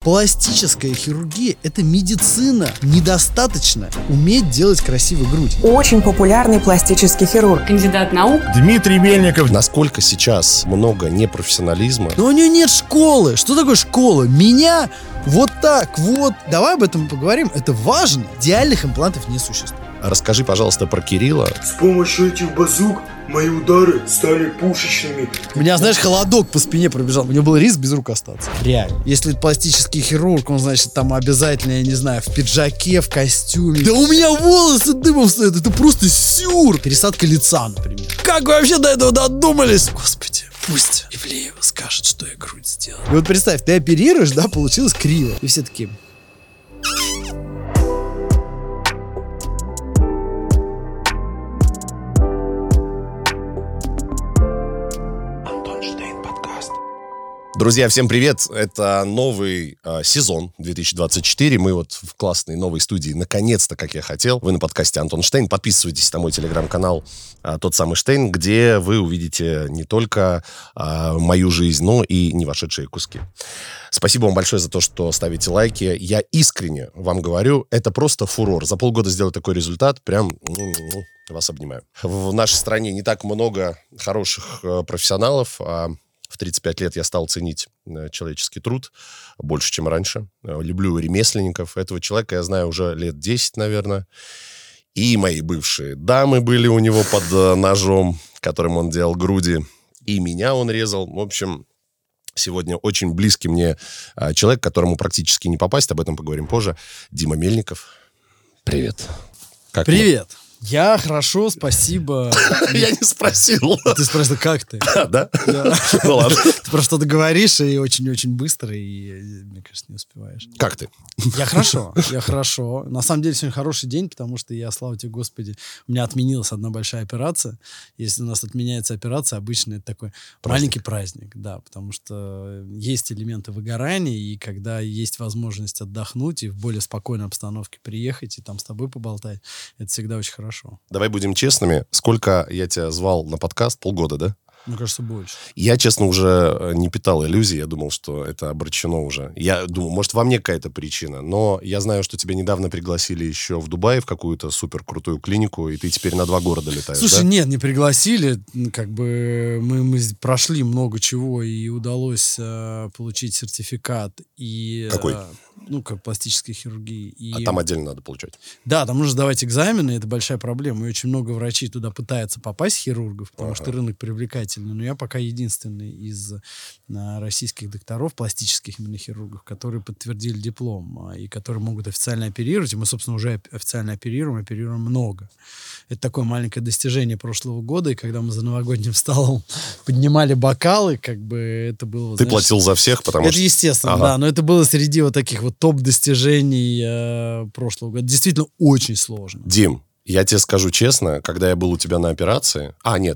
Пластическая хирургия – это медицина. Недостаточно уметь делать красивую грудь. Очень популярный пластический хирург. Кандидат наук. Дмитрий Мельников. Насколько сейчас много непрофессионализма. Но у нее нет школы. Что такое школа? Меня вот так вот. Давай об этом поговорим. Это важно. Идеальных имплантов не существует. Расскажи, пожалуйста, про Кирилла. С помощью этих базук мои удары стали пушечными. У меня, знаешь, холодок по спине пробежал. У него был риск без рук остаться. Реально. Если это пластический хирург, он, значит, там обязательно, я не знаю, в пиджаке, в костюме. Да у меня волосы дымом стоят. Это просто сюр. Пересадка лица, например. Как вы вообще до этого додумались? Господи, пусть Ивлеева скажет, что я грудь сделал. И вот представь, ты оперируешь, да, получилось криво. И все такие... Друзья, всем привет! Это новый сезон 2024. Мы вот в классной новой студии, наконец-то, как я хотел. Вы на подкасте Антон Штейн. Подписывайтесь на мой телеграм-канал «Тот самый Штейн», где вы увидите не только мою жизнь, но и не вошедшие куски. Спасибо вам большое за то, что ставите лайки. Я искренне вам говорю, это просто фурор. За полгода сделать такой результат, прям... Вас обнимаю. В нашей стране не так много хороших профессионалов. В 35 лет я стал ценить человеческий труд больше, чем раньше. Люблю ремесленников. Этого человека я знаю уже лет 10, наверное. И мои бывшие дамы были у него под ножом, которым он делал груди. И меня он резал. В общем, сегодня очень близкий мне человек, к которому практически не попасть. Об этом поговорим позже. Дима Мельников. Привет. Как Привет. Я хорошо, спасибо. Я не спросил. Ты спросил, как ты? Да? Да. Ну ладно. Ты про что-то говоришь, и очень-очень быстро, и, мне кажется, не успеваешь. Как ты? Я хорошо. На самом деле, сегодня хороший день, потому что я, слава тебе, Господи, у меня отменилась одна большая операция. Если у нас отменяется операция, обычно это такой маленький праздник, да, потому что есть элементы выгорания, и когда есть возможность отдохнуть и в более спокойной обстановке приехать и там с тобой поболтать, это всегда очень хорошо. Давай будем честными. Сколько я тебя звал на подкаст? Полгода, да? Мне кажется, больше. Я, честно, уже не питал иллюзий. Я думал, что это обречено уже. Я думал, может, во мне какая-то причина. Но я знаю, что тебя недавно пригласили еще в Дубае в какую-то супер крутую клинику, и ты теперь на 2 города летаешь, Слушай, да? нет, не пригласили. Как бы мы прошли много чего, и удалось получить сертификат. И, Какой? Как пластической хирургии. И... А там отдельно надо получать. Да, там нужно сдавать экзамены, это большая проблема. И очень много врачей туда пытаются попасть, хирургов, потому что рынок привлекательный. Но я пока единственный из российских докторов, пластических именно хирургов, которые подтвердили диплом и которые могут официально оперировать. И мы, собственно, уже официально оперируем много. Это такое маленькое достижение прошлого года, и когда мы за новогодним столом поднимали бокалы, как бы это было... Ты платил за всех, потому что... Это естественно, да, но это было среди вот таких вот топ-достижений прошлого года. Действительно очень сложно. Дим, я тебе скажу честно, когда я был у тебя на операции...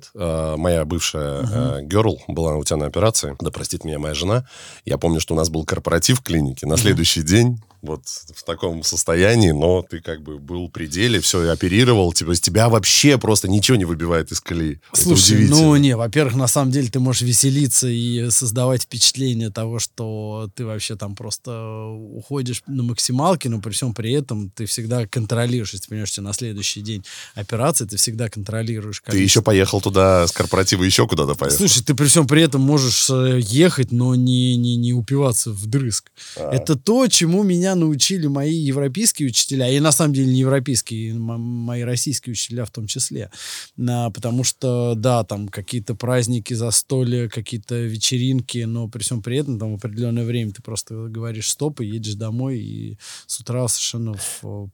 моя бывшая герл была у тебя на операции. Да простит меня моя жена. Я помню, что у нас был корпоратив в клинике. На следующий день, вот в таком состоянии, но ты как бы был в пределе, все, и оперировал. Тебя вообще просто ничего не выбивает из колеи. Слушай, во-первых, на самом деле ты можешь веселиться и создавать впечатление того, что ты вообще там просто уходишь на максималке, но при всем при этом ты всегда контролируешь. Если ты понимаешь, что на следующий день операции, ты всегда контролируешь количество. Ты еще поехал туда с корпоратива, еще куда-то поехал. Слушай, ты при всем при этом можешь ехать, но не упиваться вдрызг. Это то, чему меня научили мои европейские учителя, и на самом деле не европейские, мои российские учителя в том числе. Потому что, да, там какие-то праздники, застолья, какие-то вечеринки, но при всем при этом там в определенное время ты просто говоришь стоп и едешь домой, и с утра совершенно в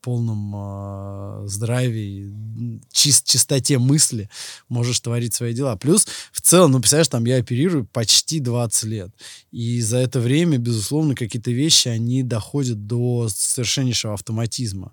полном здравии, чистоте мысли можешь творить свои дела. Плюс, в целом, представляешь, там я оперирую почти 20 лет. И за это время, безусловно, какие-то вещи, они доходят до совершеннейшего автоматизма.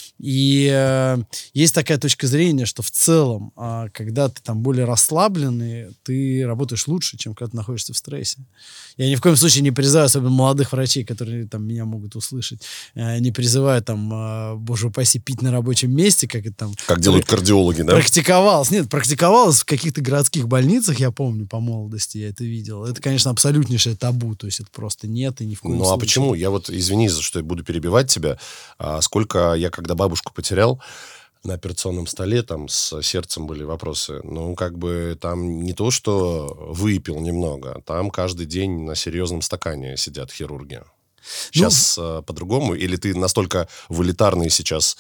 И есть такая точка зрения, что в целом, когда ты там более расслабленный, ты работаешь лучше, чем когда ты находишься в стрессе. Я ни в коем случае не призываю, особенно молодых врачей, которые там меня могут услышать, не призываю там, боже упаси, пить на рабочем месте, как это там... Как делают кардиологи, да? Практиковалось в каких-то городских больницах, я помню, по молодости я это видел. Это, конечно, абсолютнейшее табу, то есть это просто нет и ни в коем случае. Ну, а почему? Я вот, извини, за что я буду перебивать тебя, сколько я, когда бабушку потерял, на операционном столе там с сердцем были вопросы. Ну, как бы там не то, что выпил немного, там каждый день на серьезном стакане сидят хирурги. Сейчас по-другому? Или ты настолько вылетарный сейчас,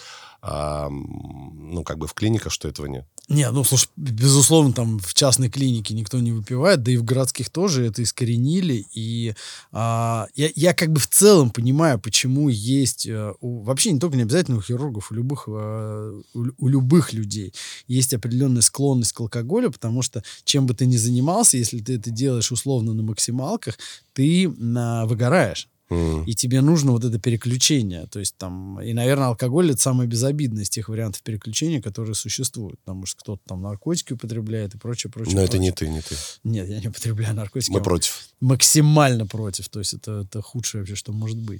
ну, как бы в клиниках, что этого нет? Не, ну, слушай, безусловно, там в частной клинике никто не выпивает, да и в городских тоже это искоренили. И я как бы в целом понимаю, почему есть... вообще не только не обязательно у хирургов, у любых людей есть определенная склонность к алкоголю, потому что чем бы ты ни занимался, если ты это делаешь условно на максималках, ты выгораешь. И тебе нужно вот это переключение. То есть там... И, наверное, алкоголь — это самое безобидное из тех вариантов переключения, которые существуют. Потому что кто-то там наркотики употребляет и прочее. Но это не ты. Нет, я не употребляю наркотики. Мы против. Максимально против. То есть это худшее вообще, что может быть.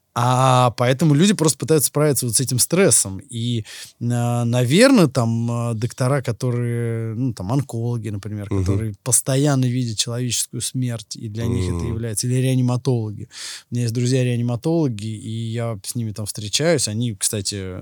Поэтому люди просто пытаются справиться вот с этим стрессом. И, наверное, там доктора, которые... Ну, там онкологи, например, которые постоянно видят человеческую смерть, и для них это является... Или реаниматологи. У меня есть друзья-реаниматологи, и я с ними там встречаюсь. Они, кстати,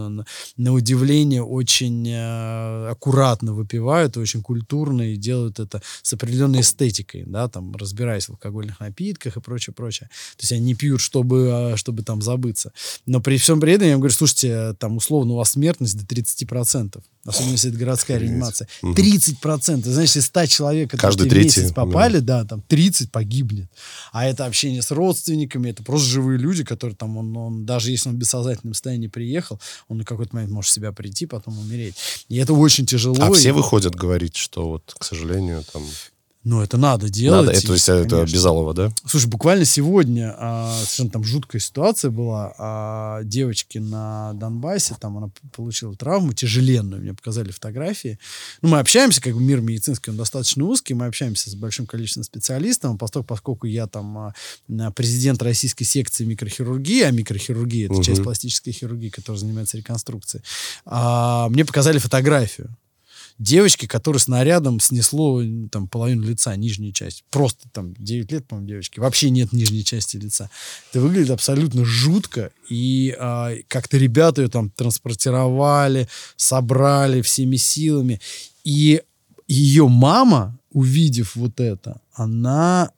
на удивление очень аккуратно выпивают, очень культурно, и делают это с определенной эстетикой, да, там, разбираясь в алкогольных напитках и прочее. То есть они не пьют, чтобы там забыться. Но при всем при этом я им говорю, слушайте, там, условно, у вас смертность до 30%. Особенно, если это городская реанимация. 30%. Значит, из 100 человек, которые в месяц попали, да, там 30 погибнет. А это общение с родственниками, это просто живые люди, которые там, он даже если он в бессознательном состоянии приехал, он на какой-то момент может в себя прийти, потом умереть. И это очень тяжело. А все выходят говорить, что вот, к сожалению, там... Ну, это надо делать. Надо, то есть это Безалова, да? Слушай, буквально сегодня совершенно там жуткая ситуация была. Девочке на Донбассе, там она получила травму тяжеленную, мне показали фотографии. Ну, мы общаемся, как бы мир медицинский, он достаточно узкий, мы общаемся с большим количеством специалистов, поскольку я там президент российской секции микрохирургии, а микрохирургия — это часть пластической хирургии, которая занимается реконструкцией, мне показали фотографию девочки, которой снарядом снесло там половину лица, нижнюю часть. Просто там 9 лет, по-моему, девочки. Вообще нет нижней части лица. Это выглядит абсолютно жутко. И как-то ребята ее там транспортировали, собрали всеми силами. И ее мама, увидев вот это, она,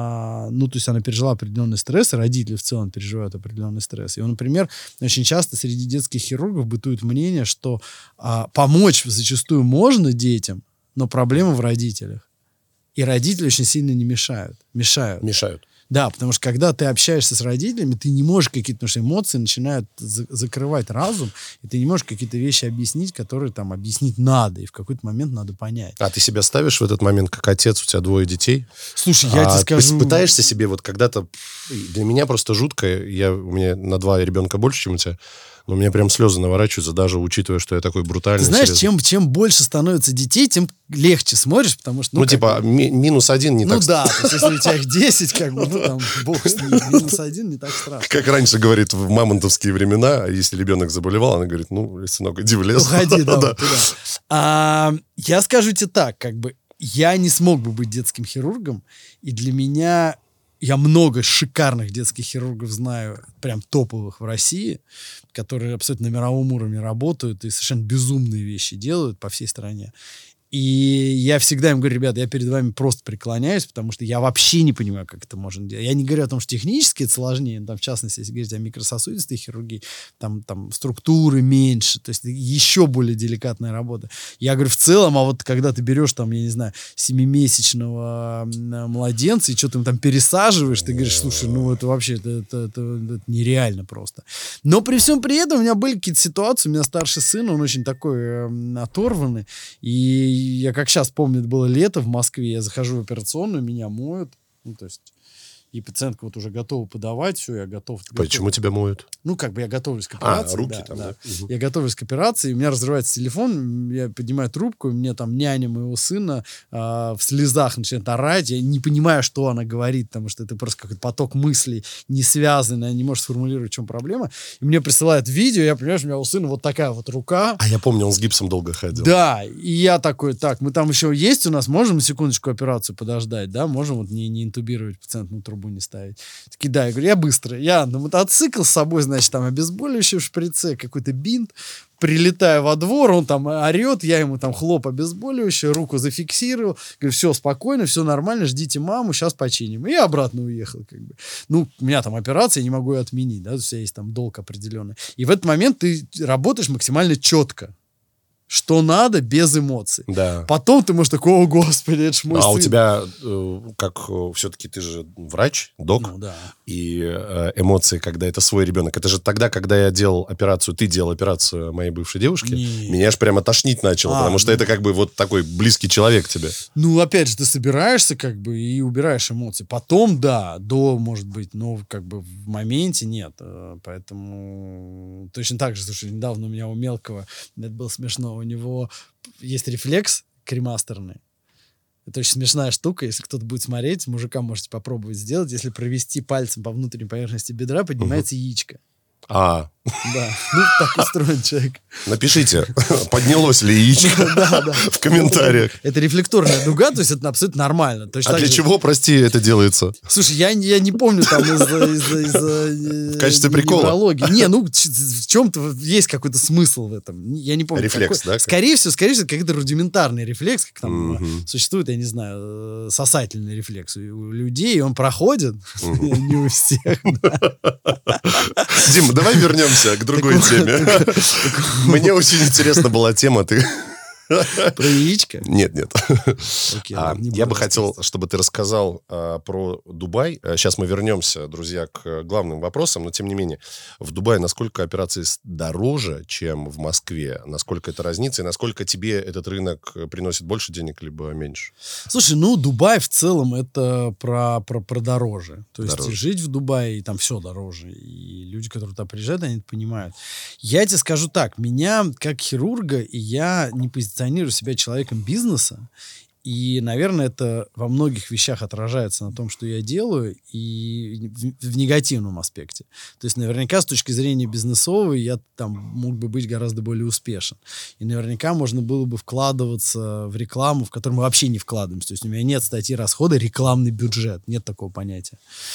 то есть она пережила определенный стресс, и родители в целом переживают определенный стресс. И, например, очень часто среди детских хирургов бытует мнение, что помочь зачастую можно детям, но проблема в родителях. И родители очень сильно не мешают. Мешают. Да, потому что когда ты общаешься с родителями, ты не можешь потому что эмоции начинают закрывать разум, и ты не можешь какие-то вещи объяснить, которые там объяснить надо, и в какой-то момент надо понять. А ты себя ставишь в этот момент как отец, у тебя 2 детей? Слушай, я тебе скажу... Ты пытаешься себе вот когда-то... Для меня просто жутко, у меня на 2 ребенка больше, чем у тебя, но у меня прям слезы наворачиваются, даже учитывая, что я такой брутальный. Ты знаешь, чем больше становится детей, тем легче смотришь, потому что... -1 не так... Ну да, то есть, если у тебя их 10, как бы, там, бог с ним, -1 не так страшно. Как раньше говорит в мамонтовские времена, если ребенок заболевал, она говорит, сынок, иди в лес. Уходи, да. Туда. Я скажу тебе так, как бы, я не смог бы быть детским хирургом, и для меня... Я много шикарных детских хирургов знаю, прям топовых в России, которые абсолютно на мировом уровне работают и совершенно безумные вещи делают по всей стране. И я всегда им говорю, ребята, я перед вами просто преклоняюсь, потому что я вообще не понимаю, как это можно делать. Я не говорю о том, что технически это сложнее, там, в частности, если говорить о микрососудистой хирургии, там структуры меньше, то есть еще более деликатная работа. Я говорю, в целом, а вот когда ты берешь, там, я не знаю, 7-месячного младенца и что-то им там пересаживаешь, ты говоришь, слушай, это вообще, это нереально просто. Но при всем при этом у меня были какие-то ситуации, у меня старший сын, он очень такой оторванный, и я как сейчас помню, это было лето в Москве, я захожу в операционную, меня моют, то есть и пациентка вот уже готова подавать, все, я готов. Почему тебя моют? Ну, как бы я готовлюсь к операции. Руки там, да. Я готовлюсь к операции, у меня разрывается телефон, я поднимаю трубку, и мне там няня моего сына в слезах начинает орать, я не понимаю, что она говорит, потому что это просто какой-то поток мыслей не связанный, она не может сформулировать, в чем проблема. И мне присылают видео, я понимаю, что у меня у сына вот такая вот рука. А я помню, он с гипсом долго ходил. Да, и я такой, так, мы там еще есть у нас, можем на секундочку операцию подождать, да, можем вот не интубировать пациента, на трубу не ставить. Такие, да, я говорю, я быстро, я на мотоцикл с собой, значит, там обезболивающее в шприце, какой-то бинт, прилетаю во двор, он там орет, я ему там хлоп обезболивающее, руку зафиксировал, говорю, все спокойно, все нормально, ждите маму, сейчас починим. И я обратно уехал, как бы. Ну, у меня там операция, я не могу ее отменить, да, у тебя есть там долг определенный. И в этот момент ты работаешь максимально четко. Что надо, без эмоций. Да. Потом ты можешь такой, о, господи, это ж мой сын. А у тебя, все-таки ты же врач, док, Ну, да. и эмоции, когда это свой ребенок. Это же тогда, когда я делал операцию, ты делал операцию моей бывшей девушки, меня аж прямо тошнить начало, потому что это как бы вот такой близкий человек тебе. Ну, опять же, ты собираешься как бы и убираешь эмоции. Потом, да, может быть, но как бы в моменте нет. Поэтому точно так же, слушай, недавно у меня у мелкого, это было смешно, у него есть рефлекс кремастерный. Это очень смешная штука. Если кто-то будет смотреть, мужикам можете попробовать сделать. Если провести пальцем по внутренней поверхности бедра, поднимается яичко. Да, ну так устроен человек. Напишите, поднялось ли яичко в комментариях. Это рефлекторная дуга, то есть это абсолютно нормально. А для чего, прости, это делается? Слушай, я не помню там из-за в качестве прикола? неврологии. Не, ну в чем-то есть какой-то смысл в этом. Я не помню. Рефлекс, да? Скорее всего, какой-то рудиментарный рефлекс, как там существует, я не знаю, сосательный рефлекс у людей, и он проходит, не у всех. Дим, давай вернемся к другой теме. Мне очень интересна была тема. Про яичко? Нет. Окей, я бы хотел, чтобы ты рассказал про Дубай. Сейчас мы вернемся, друзья, к главным вопросам, но тем не менее, в Дубае насколько операции дороже, чем в Москве? Насколько это разница? И насколько тебе этот рынок приносит больше денег, либо меньше? Слушай, ну, Дубай в целом это про дороже. То есть жить в Дубае, и там все дороже. И люди, которые туда приезжают, они это понимают. Я тебе скажу так, меня как хирурга, и я не позиционирую себя человеком бизнеса, и, наверное, это во многих вещах отражается на том, что я делаю, и в негативном аспекте. То есть, наверняка, с точки зрения бизнесовой, я там мог бы быть гораздо более успешен. И наверняка можно было бы вкладываться в рекламу, в которую мы вообще не вкладываемся. То есть, у меня нет статьи расхода, рекламный бюджет. Нет такого понятия.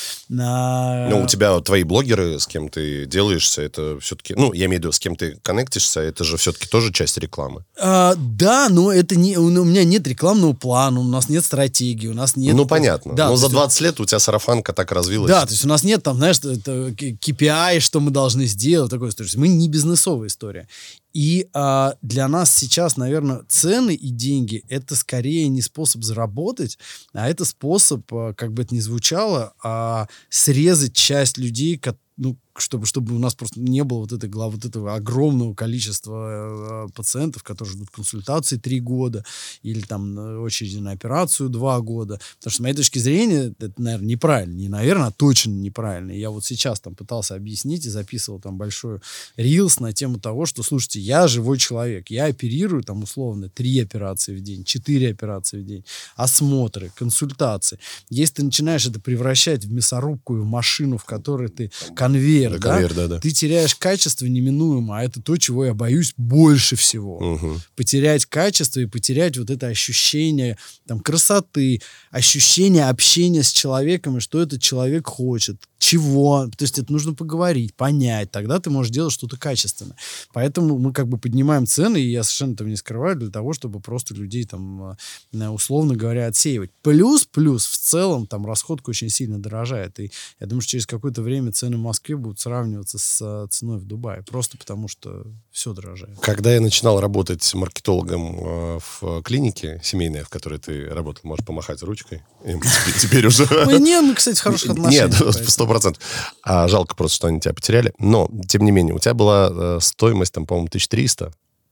Ну, у тебя твои блогеры, с кем ты делаешься, это все-таки... Ну, я имею в виду, с кем ты коннектишься, это же все-таки тоже часть рекламы. Да, но это не... У меня нет рекламного плана, у нас нет стратегии, у нас нет... Ну, понятно. Да, но за 20 лет у тебя сарафанка так развилась. Да, то есть у нас нет там, знаешь, KPI, что мы должны сделать, такое. То есть мы не бизнесовая история. И для нас сейчас, наверное, цены и деньги — это скорее не способ заработать, а это способ, как бы это ни звучало, срезать часть людей, ну, чтобы у нас просто не было вот этого огромного количества пациентов, которые ждут консультации 3 года или там очереди на операцию 2 года. Потому что, с моей точки зрения, это, наверное, неправильно. Не наверное, а точно неправильно. И я вот сейчас там пытался объяснить и записывал там большой рилс на тему того, что, слушайте, я живой человек, я оперирую там условно 3 операции в день, 4 операции в день, осмотры, консультации. Если ты начинаешь это превращать в мясорубку и в машину, в которой ты конвейер, да? Ты теряешь качество неминуемо, а это то, чего я боюсь больше всего. Потерять качество и потерять вот это ощущение там, красоты, ощущение общения с человеком, и что этот человек хочет, чего. То есть это нужно поговорить, понять, тогда ты можешь делать что-то качественное. Поэтому мы как бы поднимаем цены, и я совершенно этого не скрываю, для того, чтобы просто людей там, условно говоря, отсеивать. Плюс в целом там расходка очень сильно дорожает. И я думаю, что через какое-то время цены в Москве будут сравниваться с ценой в Дубае. Просто потому, что все дорожает. Когда я начинал работать маркетологом в клинике семейной, в которой ты работал, можешь помахать ручкой. Теперь уже... Мы, кстати, в хороших отношениях. Нет, 100%. Жалко просто, что они тебя потеряли. Но, тем не менее, у тебя была стоимость, там, по-моему, 1300.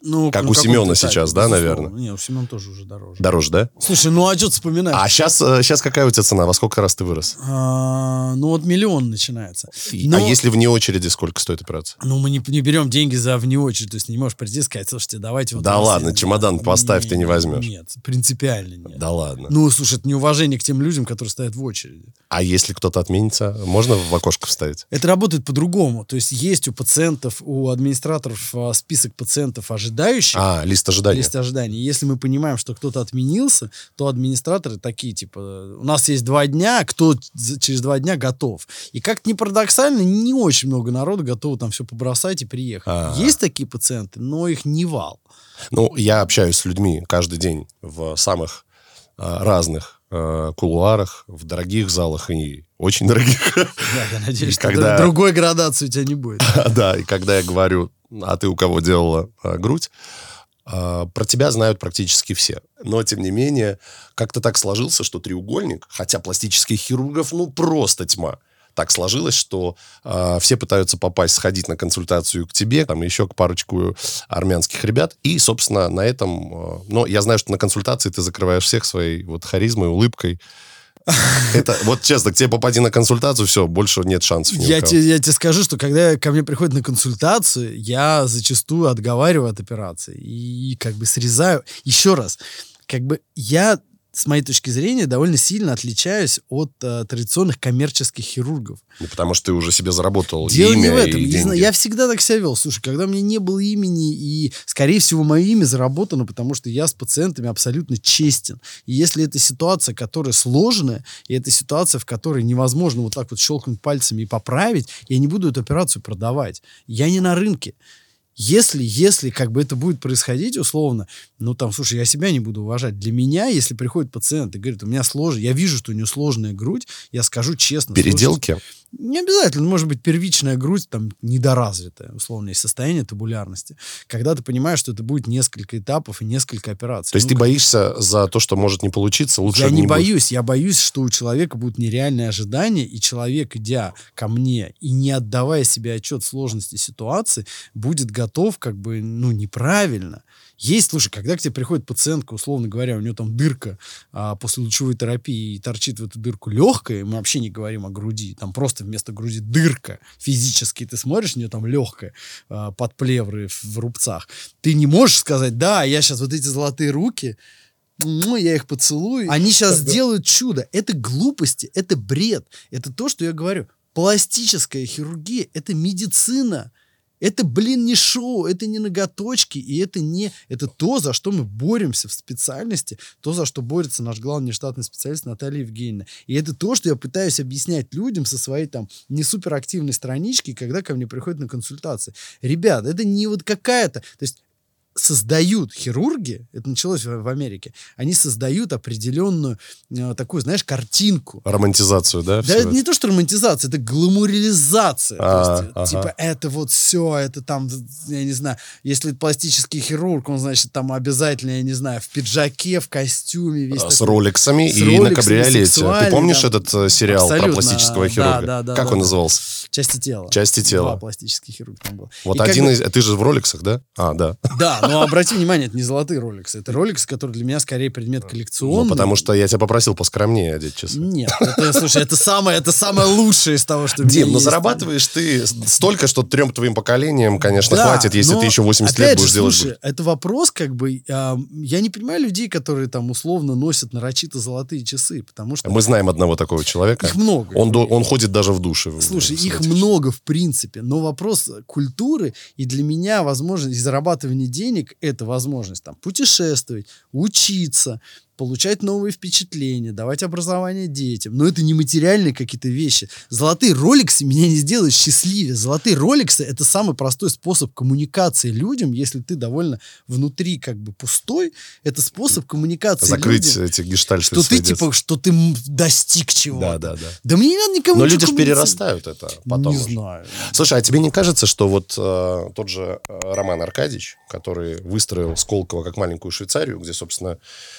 Ну, Как у Семена сейчас, да, наверное? Не, у Семена тоже уже дороже. Дороже, да? Слушай, ну а что ты вспоминаешь? А сейчас какая у тебя цена? Во сколько раз ты вырос? Ну вот 1 миллион начинается. А если вне очереди, сколько стоит операция? Ну мы не берем деньги за вне очередь, то есть не можешь прийти и сказать, слушайте, давайте вот... Да ладно, чемодан поставь, ты не возьмешь. Нет, принципиально нет. Да ладно. Ну, слушай, это неуважение к тем людям, которые стоят в очереди. А если кто-то отменится, можно в окошко вставить? Это работает по-другому. То есть есть у пациентов, у администраторов список пациентов ожидающих. Лист ожидания. Лист ожидания. Если мы понимаем, что кто-то отменился, то администраторы такие, типа, у нас есть 2 дня, кто через 2 дня готов. И как ни парадоксально, не очень много народу готовы там все побросать и приехать. Есть такие пациенты, но их не вал. Ну, я общаюсь с людьми каждый день в самых разных кулуарах, в дорогих залах и очень дорогих. Да, я надеюсь, что другой градации у тебя не будет. Да, и когда я говорю, а ты у кого делала грудь, про тебя знают практически все. Но, тем не менее, как-то так сложился, что треугольник, хотя пластических хирургов, ну, просто тьма. Так сложилось, что все пытаются попасть, сходить на консультацию к тебе, там еще к парочку армянских ребят. И, собственно, на этом... но я знаю, что на консультации ты закрываешь всех своей вот харизмой, улыбкой. Это, вот честно, к тебе попади на консультацию, все, больше нет шансов. Я тебе скажу, что когда ко мне приходят на консультацию, я зачастую отговариваю от операции и как бы срезаю. Еще раз, как бы я... с моей точки зрения, довольно сильно отличаюсь от традиционных коммерческих хирургов. Ну, потому что ты уже себе заработал дело имя не в этом. и деньги. Я всегда так себя вел. Слушай, когда у меня не было имени, и, скорее всего, мое имя заработано, потому что я с пациентами абсолютно честен. И если это ситуация, которая сложная, и это ситуация, в которой невозможно вот так вот щелкнуть пальцами и поправить, я не буду эту операцию продавать. Я не на рынке. Если как бы это будет происходить условно, ну там, слушай, я себя не буду уважать. Для меня, если приходит пациент и говорит, у меня сложно, я вижу, что у него сложная грудь, я скажу честно. Переделки? Слушайте, не обязательно, может быть, первичная грудь там недоразвитая, условно, есть состояние табулярности. Когда ты понимаешь, что это будет несколько этапов и несколько операций. То есть ты боишься за то, что может не получиться? Лучше я не боюсь. Будет. Я боюсь, что у человека будут нереальные ожидания, и человек, идя ко мне и не отдавая себе отчет в сложности ситуации, будет готов как бы, ну, неправильно. Есть, слушай, когда к тебе приходит пациентка, условно говоря, у нее там дырка после лучевой терапии и торчит в эту дырку легкая, мы вообще не говорим о груди, там просто вместо груди дырка физически, ты смотришь, у нее там легкая, под плевры в рубцах. Ты не можешь сказать, да, я сейчас вот эти золотые руки, ну, я их поцелую. Они сейчас сделают чудо. Это глупости, это бред. Это то, что я говорю. Пластическая хирургия – это медицина. Это, не шоу, это не ноготочки, и это то, за что мы боремся в специальности, то, за что борется наш главный нештатный специалист Наталья Евгеньевна. И это то, что я пытаюсь объяснять людям со своей там не суперактивной странички, когда ко мне приходят на консультации. Ребят, это не вот какая-то... То есть создают хирурги, это началось в Америке, они создают определенную такую, знаешь, картинку. Романтизацию, да? Да, это не то, что романтизация, это гламуризация. То есть, типа, это вот все, это там, я не знаю, если пластический хирург, он, значит, там обязательно, я не знаю, в пиджаке, в костюме. Весь с такой, роликсами с и роликсами, на кабриолете. Ты помнишь там, этот сериал про пластического хирурга? Да, как он назывался? «Части тела». «Части тела». 2 пластических хирурга там было. Вот и один из... Ты же в роликсах, да? Да. Да, но обрати внимание, это не золотые роликсы. Это роликсы, которые для меня скорее предмет коллекционный. Ну, потому что я тебя попросил поскромнее одеть часы. Нет, слушай, это самое лучшее из того, что у меня есть. Дим, но зарабатываешь ты столько, что 3 твоим поколениям, конечно, хватит, если ты еще 80 лет будешь делать. Слушай, это вопрос, как бы, я не понимаю людей, которые там условно носят нарочито золотые часы, потому что... Мы знаем одного такого человека. Их много. Он ходит даже в душе. Слушай, их много в принципе, но вопрос культуры, и для меня возможность зарабатывания денег — это возможность там путешествовать, учиться, получать новые впечатления, давать образование детям. Но это не материальные какие-то вещи. Золотые роликсы меня не сделают счастливее. Золотые роликсы — это самый простой способ коммуникации людям, если ты довольно внутри как бы пустой. Это способ коммуникации закрыть людям, эти гештальты. что ты типа, что ты достиг чего-то. Да. Да мне не надо никому. Но люди же перерастают это потом. Не знаю. Слушай, а тебе не кажется, что вот тот же Роман Аркадьевич, который выстроил Сколково как маленькую Швейцарию, где, собственно,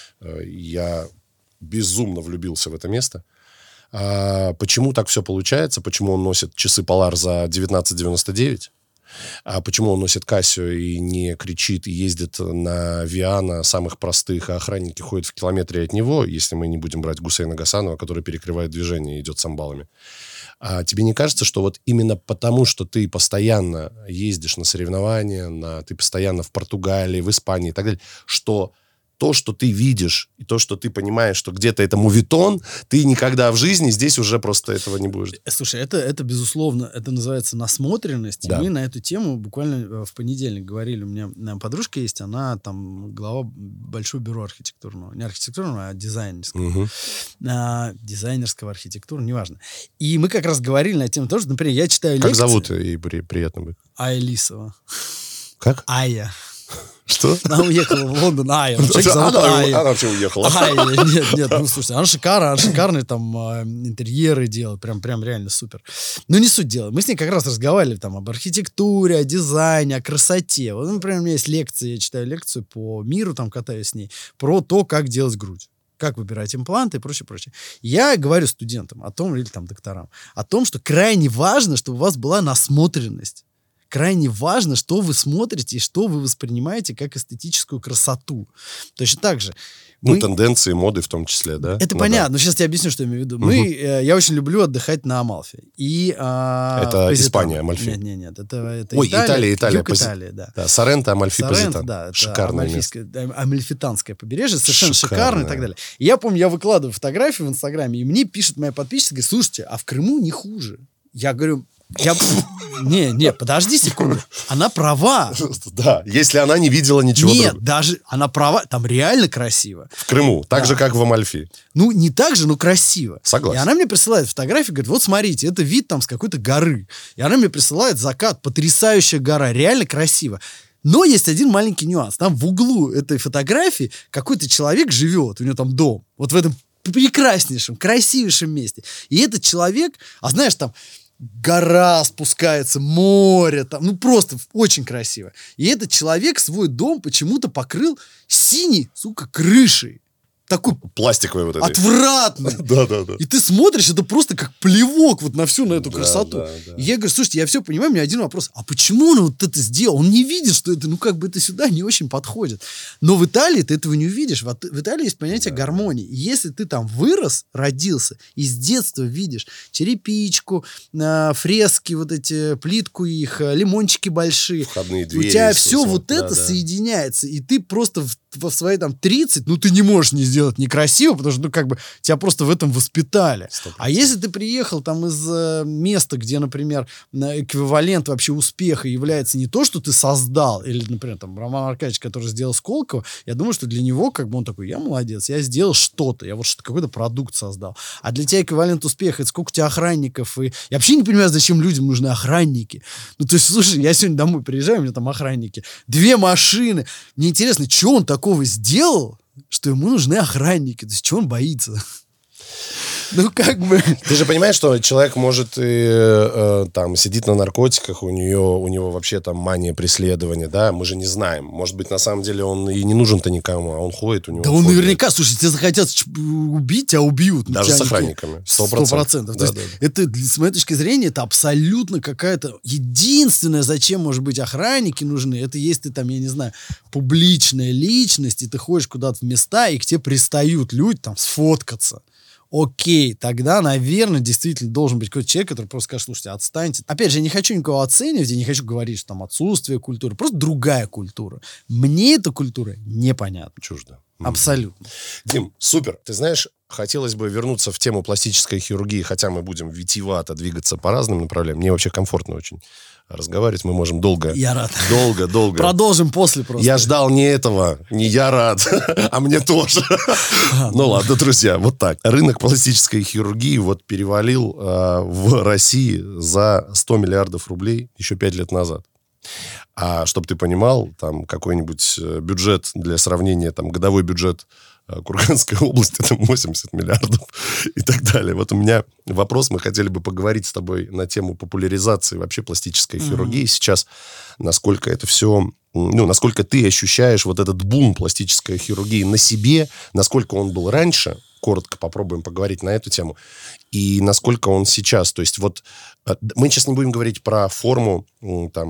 я безумно влюбился в это место. Почему так все получается? Почему он носит часы Polar за 19,99? А почему он носит Кассио и не кричит, и ездит на Виано самых простых, а охранники ходят в километре от него, если мы не будем брать Гусейна Гасанова, который перекрывает движение и идет с амбалами. А тебе не кажется, что вот именно потому, что ты постоянно ездишь на соревнования, ты постоянно в Португалии, в Испании и так далее, что то, что ты видишь, и то, что ты понимаешь, что где-то это мувитон, ты никогда в жизни здесь уже просто этого не будешь. Слушай, это безусловно, это называется насмотренность. Да. Мы на эту тему буквально в понедельник говорили. У меня подружка есть, она там глава большого бюро архитектурного. Не архитектурного, а дизайнерского. Угу. Дизайнерского, архитектурного, неважно. И мы как раз говорили на тему того, что, например, я читаю лекции. Как зовут? И приятно будет. Ая Лисова. Как? Ая. Что? Она уехала в Лондон. Ая. Она вообще уехала. Ая. Нет, ну слушайте, она шикарные там интерьеры делает, прям реально супер. Но не суть дела. Мы с ней как раз разговаривали там об архитектуре, о дизайне, о красоте. Вот, например, у меня есть лекции, я читаю лекцию по миру, там катаюсь с ней, про то, как делать грудь. Как выбирать импланты и прочее. Я говорю студентам о том, или там докторам, о том, что крайне важно, чтобы у вас была насмотренность. Крайне важно, что вы смотрите и что вы воспринимаете как эстетическую красоту. Точно так же. Тенденции, моды в том числе, да? Это понятно, но сейчас я объясню, что я имею в виду. Я очень люблю отдыхать на Амальфи. Это Испания, Амальфи? Нет, это Италия. Юг Италии, да. Соренто, Амальфи, Позитано. Да, это шикарное место. амальфитанское побережье, совершенно шикарное и так далее. И я помню, я выкладываю фотографии в Инстаграме, и мне пишет моя подписчица, говорит, слушайте, а в Крыму не хуже. Я говорю... Не, подожди секунду. Она права. Да, если она не видела ничего другого. Нет, даже она права. Там реально красиво. В Крыму, так же, как в Амальфи. Ну, не так же, но красиво. Согласен. И она мне присылает фотографию, говорит, вот смотрите, это вид там с какой-то горы. И она мне присылает закат, потрясающая гора, реально красиво. Но есть один маленький нюанс. Там в углу этой фотографии какой-то человек живет, у него там дом. Вот в этом прекраснейшем, красивейшем месте. И этот человек, знаешь, там гора спускается, море, там, ну просто очень красиво. И этот человек свой дом почему-то покрыл синей, крышей. Такой пластиковый вот этот. Отвратный. Да. И ты смотришь, это просто как плевок вот на всю на эту красоту. Да. И я говорю, слушайте, я все понимаю, у меня один вопрос. А почему он вот это сделал? Он не видит, что это, это сюда не очень подходит. Но в Италии ты этого не увидишь. В Италии есть понятие гармонии. И если ты там вырос, родился, и с детства видишь черепичку, фрески, вот эти, плитку их, лимончики большие. Входные двери. У тебя все вот это соединяется. И ты просто во свои там 30, ты не можешь не сделать некрасиво, потому что, тебя просто в этом воспитали. 100%. А если ты приехал там из места, где, например, эквивалент вообще успеха является не то, что ты создал, или, например, там, Роман Аркадьевич, который сделал Сколково, я думаю, что для него, он такой, я молодец, я сделал что-то, я вот какой-то продукт создал. А для тебя эквивалент успеха, это сколько у тебя охранников, и я вообще не понимаю, зачем людям нужны охранники. То есть, слушай, я сегодня домой приезжаю, у меня там охранники, 2 машины, мне интересно, что он такого сделал, что ему нужны охранники. То есть, чего он боится? Ты же понимаешь, что человек может и там сидит на наркотиках, у него вообще там мания преследования, да? Мы же не знаем. Может быть, на самом деле он и не нужен-то никому, а он ходит, у него... Да он наверняка, слушай, тебя захотят убить, тебя убьют. Даже с охранниками. 100%. Да. Это, с моей точки зрения, это абсолютно какая-то... Единственное, зачем, может быть, охранники нужны, это если ты там, я не знаю, публичная личность, и ты ходишь куда-то в места, и к тебе пристают люди там сфоткаться. Окей, тогда, наверное, действительно должен быть какой-то человек, который просто скажет, слушайте, отстаньте. Опять же, я не хочу никого оценивать, я не хочу говорить, что там отсутствие культуры, просто другая культура. Мне эта культура непонятна. Чуждо. Абсолютно. Дим, супер. Ты знаешь, хотелось бы вернуться в тему пластической хирургии, хотя мы будем витиевато двигаться по разным направлениям. Мне вообще комфортно очень разговаривать. Мы можем долго. Я рад. Долго. Продолжим после просто. Я ждал не этого, не я рад, а мне тоже. Ну ладно, друзья, вот так. Рынок пластической хирургии вот перевалил в России за 100 миллиардов рублей еще 5 лет назад. А чтобы ты понимал, там какой-нибудь бюджет для сравнения, там годовой бюджет Курганской области, это 80 миллиардов и так далее. Вот у меня вопрос, мы хотели бы поговорить с тобой на тему популяризации вообще пластической хирургии сейчас, насколько это все, насколько ты ощущаешь вот этот бум пластической хирургии на себе, насколько он был раньше, коротко попробуем поговорить на эту тему, и насколько он сейчас. То есть вот мы сейчас не будем говорить про форму, там,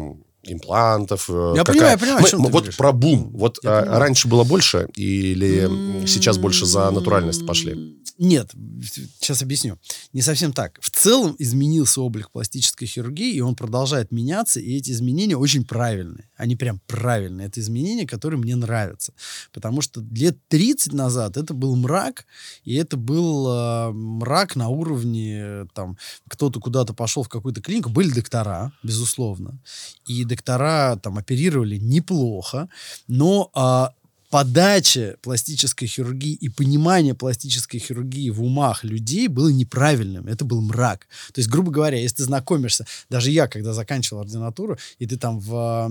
имплантов. Я понимаю, о чем ты Вот говоришь. про бум. Вот Я понимаю. раньше было больше или сейчас больше за натуральность пошли? Нет, сейчас объясню. Не совсем так. В целом изменился облик пластической хирургии, и он продолжает меняться, и эти изменения очень правильные. Они прям правильные. Это изменения, которые мне нравятся. Потому что лет 30 назад это был мрак, и это был мрак на уровне, там, кто-то куда-то пошел в какую-то клинику. Были доктора, безусловно. И доктора там оперировали неплохо, но подача пластической хирургии и понимание пластической хирургии в умах людей было неправильным. Это был мрак. То есть, грубо говоря, если ты знакомишься, даже я, когда заканчивал ординатуру, и ты там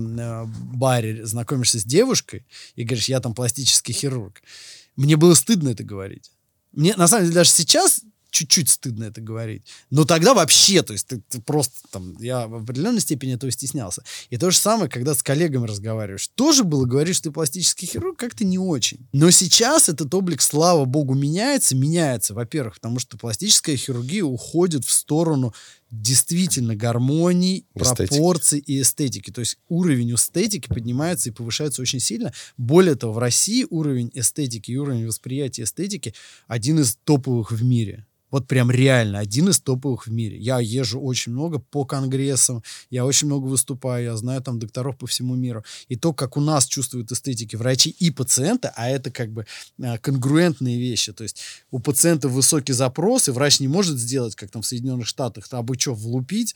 в баре знакомишься с девушкой и говоришь, я там пластический хирург, мне было стыдно это говорить. Мне, на самом деле, даже сейчас чуть-чуть стыдно это говорить. Но тогда вообще, то есть ты просто там, я в определенной степени этого стеснялся. И то же самое, когда с коллегами разговариваешь. Тоже было говорить, что ты пластический хирург, как-то не очень. Но сейчас этот облик, слава богу, меняется, во-первых, потому что пластическая хирургия уходит в сторону действительно гармонии, пропорций и эстетики. То есть уровень эстетики поднимается и повышается очень сильно. Более того, в России уровень эстетики и уровень восприятия эстетики один из топовых в мире. Вот прям реально один из топовых в мире. Я езжу очень много по конгрессам, я очень много выступаю, я знаю там докторов по всему миру. И то, как у нас чувствуют эстетики врачи и пациента, а это как бы конгруентные вещи. То есть у пациента высокий запрос, и врач не может сделать, как там в Соединенных Штатах, а бы что, влупить,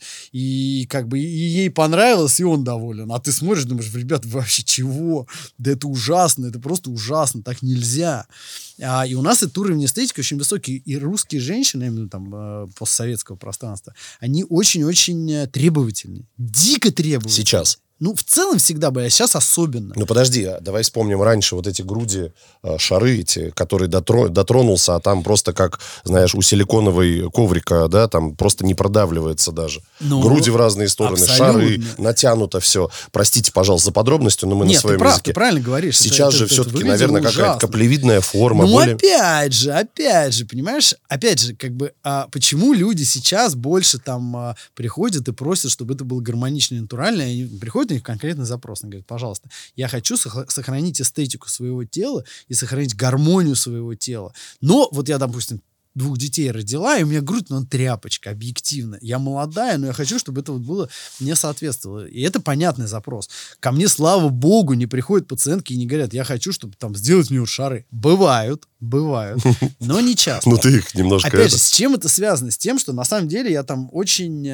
и как бы и ей понравилось, и он доволен. А ты смотришь, думаешь, ребят, вообще чего? Да это ужасно, это просто ужасно, так нельзя. И у нас этот уровень эстетики очень высокий. И русские женщины, именно там постсоветского пространства, они очень-очень требовательны. Дико требовательны. Сейчас. Ну, в целом всегда были, а сейчас особенно. Ну, подожди, давай вспомним раньше вот эти груди, шары эти, которые дотронулся, а там просто как, знаешь, у силиконовой коврика, да, там просто не продавливается даже. Ну, груди в разные стороны, шары, натянуто все. Простите, пожалуйста, за подробностью, но мы на своем языке. Нет, ты правильно говоришь. Сейчас же все-таки, наверное, какая-то каплевидная форма. Ну, более... опять же, понимаешь, опять же, как бы, почему люди сейчас больше там приходят и просят, чтобы это было гармонично и натурально, и они приходят, у них конкретный запрос. Они говорят, пожалуйста, я хочу сохранить эстетику своего тела и сохранить гармонию своего тела. Но вот я, допустим, 2 детей родила, и у меня грудь, ну, тряпочка, объективно. Я молодая, но я хочу, чтобы это вот было, мне соответствовало. И это понятный запрос. Ко мне, слава богу, не приходят пациентки и не говорят, я хочу, чтобы там сделать мне вот шары. Бывают, но не часто. Ну, ты их немножко... Опять же, с чем это связано? С тем, что на самом деле я там очень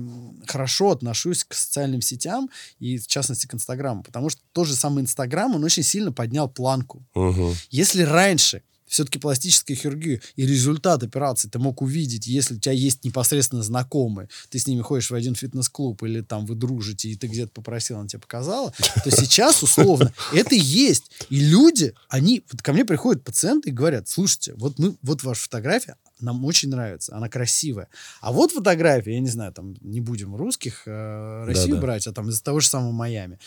хорошо отношусь к социальным сетям и, в частности, к Инстаграму. Потому что тот же самый Инстаграм, он очень сильно поднял планку. Если раньше все-таки пластическая хирургия и результат операции ты мог увидеть, если у тебя есть непосредственно знакомые, ты с ними ходишь в один фитнес-клуб или там вы дружите, и ты где-то попросил, она тебе показала, то сейчас, условно, это есть. И люди, они, вот ко мне приходят пациенты и говорят, слушайте, вот ваша фотография, нам очень нравится, она красивая. А вот фотография, я не знаю, там, не будем русских, Россию брать, а там из того же самого Майами.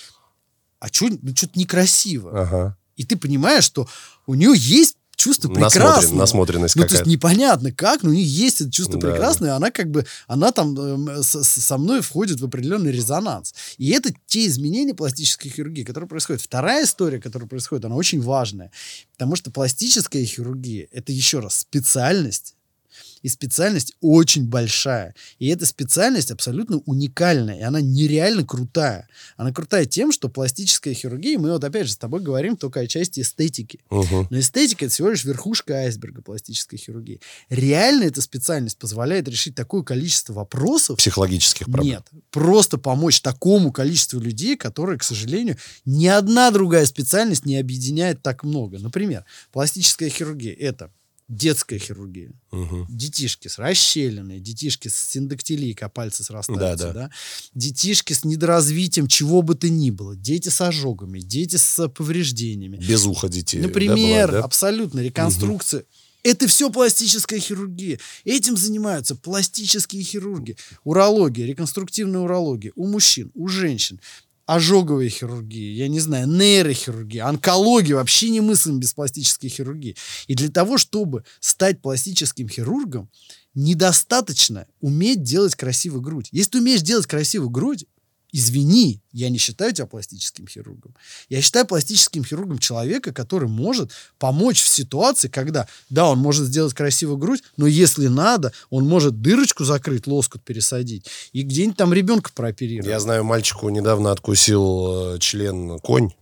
А что-то некрасиво. Ага. И ты понимаешь, что у нее есть чувство прекрасного. Насмотренность какая-то. Ну, то есть непонятно как, но у нее есть это чувство прекрасное, она как бы, она там со мной входит в определенный резонанс. И это те изменения пластической хирургии, которые происходят. Вторая история, которая происходит, она очень важная. Потому что пластическая хирургия, это еще раз специальность, и специальность очень большая. И эта специальность абсолютно уникальная. И она нереально крутая. Она крутая тем, что пластическая хирургия, мы вот опять же с тобой говорим только о части эстетики. Но эстетика — это всего лишь верхушка айсберга пластической хирургии. Реально эта специальность позволяет решить такое количество вопросов. Психологических проблем. Нет. Просто помочь такому количеству людей, которые, к сожалению, ни одна другая специальность не объединяет так много. Например, пластическая хирургия — это детская хирургия. Детишки с расщелиной, детишки с синдактилией, когда пальцы срастаются, да? Детишки с недоразвитием чего бы то ни было, дети с ожогами, дети с повреждениями. Без уха детей. Например, бывает, абсолютно, реконструкция. Это все пластическая хирургия. Этим занимаются пластические хирурги. Урология, реконструктивная урология у мужчин, у женщин. Ожоговая хирургия, я не знаю, нейрохирургия, онкология вообще немыслим без пластической хирургии. И для того, чтобы стать пластическим хирургом, недостаточно уметь делать красивую грудь. Если ты умеешь делать красивую грудь, извини, я не считаю тебя пластическим хирургом. Я считаю пластическим хирургом человека, который может помочь в ситуации, когда, да, он может сделать красивую грудь, но если надо, он может дырочку закрыть, лоскут пересадить и где-нибудь там ребенка прооперировать. Я знаю, мальчику недавно откусил член конь,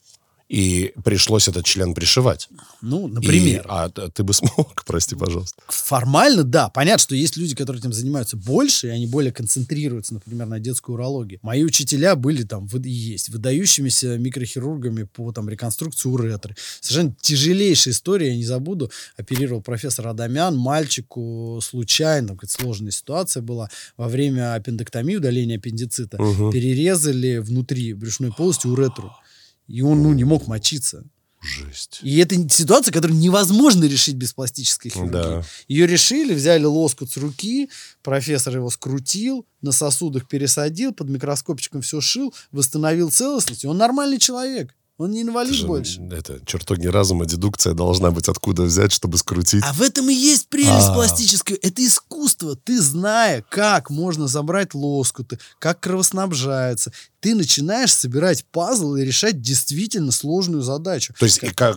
и пришлось этот член пришивать. Ну, например. А ты бы смог, прости, пожалуйста. Формально, да. Понятно, что есть люди, которые этим занимаются больше, и они более концентрируются, например, на детской урологии. Мои учителя были там, и есть, выдающимися микрохирургами по там, реконструкции уретры. Совершенно тяжелейшая история, я не забуду. Оперировал профессор Адамян, мальчику случайно, там какая-то сложная ситуация была, во время аппендэктомии, удаления аппендицита, перерезали внутри брюшной полости уретру. И он, не мог мочиться. Жесть. И это ситуация, которую невозможно решить без пластической хирургии. Да. Ее решили, взяли лоскут с руки, профессор его скрутил, на сосудах пересадил, под микроскопчиком все шил, восстановил целостность, и он нормальный человек. Он не инвалид больше. Это чертоги разума, дедукция должна быть откуда взять, чтобы скрутить. А в этом и есть прелесть пластической. Это искусство. Ты, зная, как можно забрать лоскуты, как кровоснабжается, ты начинаешь собирать пазл и решать действительно сложную задачу. То есть,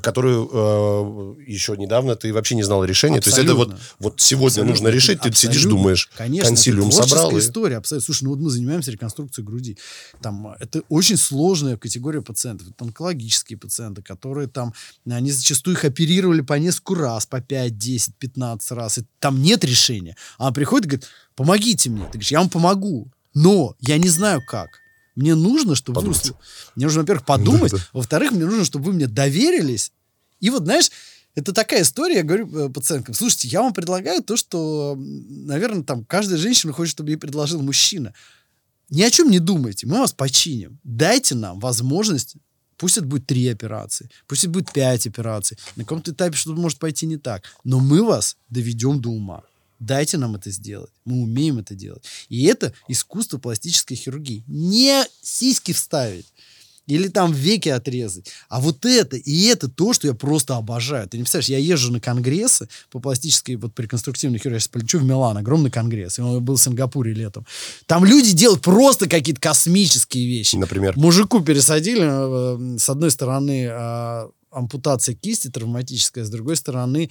которую еще недавно ты вообще не знал решения. Абсолютно. То есть, это вот сегодня Абсолютно. нужно решить, ты сидишь, думаешь, конечно, консилиум это собрал. творческая история. Абсолютно. Слушай, мы занимаемся реконструкцией груди. Там, это очень сложная категория пациентов. Это онкологические пациенты, которые там, они зачастую их оперировали по несколько раз, по 5, 10, 15 раз. И там нет решения. Она приходит и говорит, помогите мне. Ты говоришь, я вам помогу, но я не знаю как. Мне нужно, чтобы мне нужно, во-первых, подумать, во-вторых, мне нужно, чтобы вы мне доверились. И вот, знаешь, это такая история, я говорю пациенткам, слушайте, я вам предлагаю то, что, наверное, там каждая женщина хочет, чтобы ей предложил мужчина. Ни о чем не думайте, мы вас починим. Дайте нам возможность, пусть это будет 3 операции, пусть это будет 5 операций, на каком-то этапе что-то может пойти не так, но мы вас доведем до ума. Дайте нам это сделать. Мы умеем это делать. И это искусство пластической хирургии. Не сиськи вставить или там веки отрезать. А вот это и это то, что я просто обожаю. Ты не представляешь, я езжу на конгрессы по пластической, вот по реконструктивной хирургии. Я сейчас полечу в Милан, огромный конгресс. Он был в Сингапуре летом. Там люди делают просто какие-то космические вещи. Например? Мужику пересадили с одной стороны ампутация кисти травматическая, с другой стороны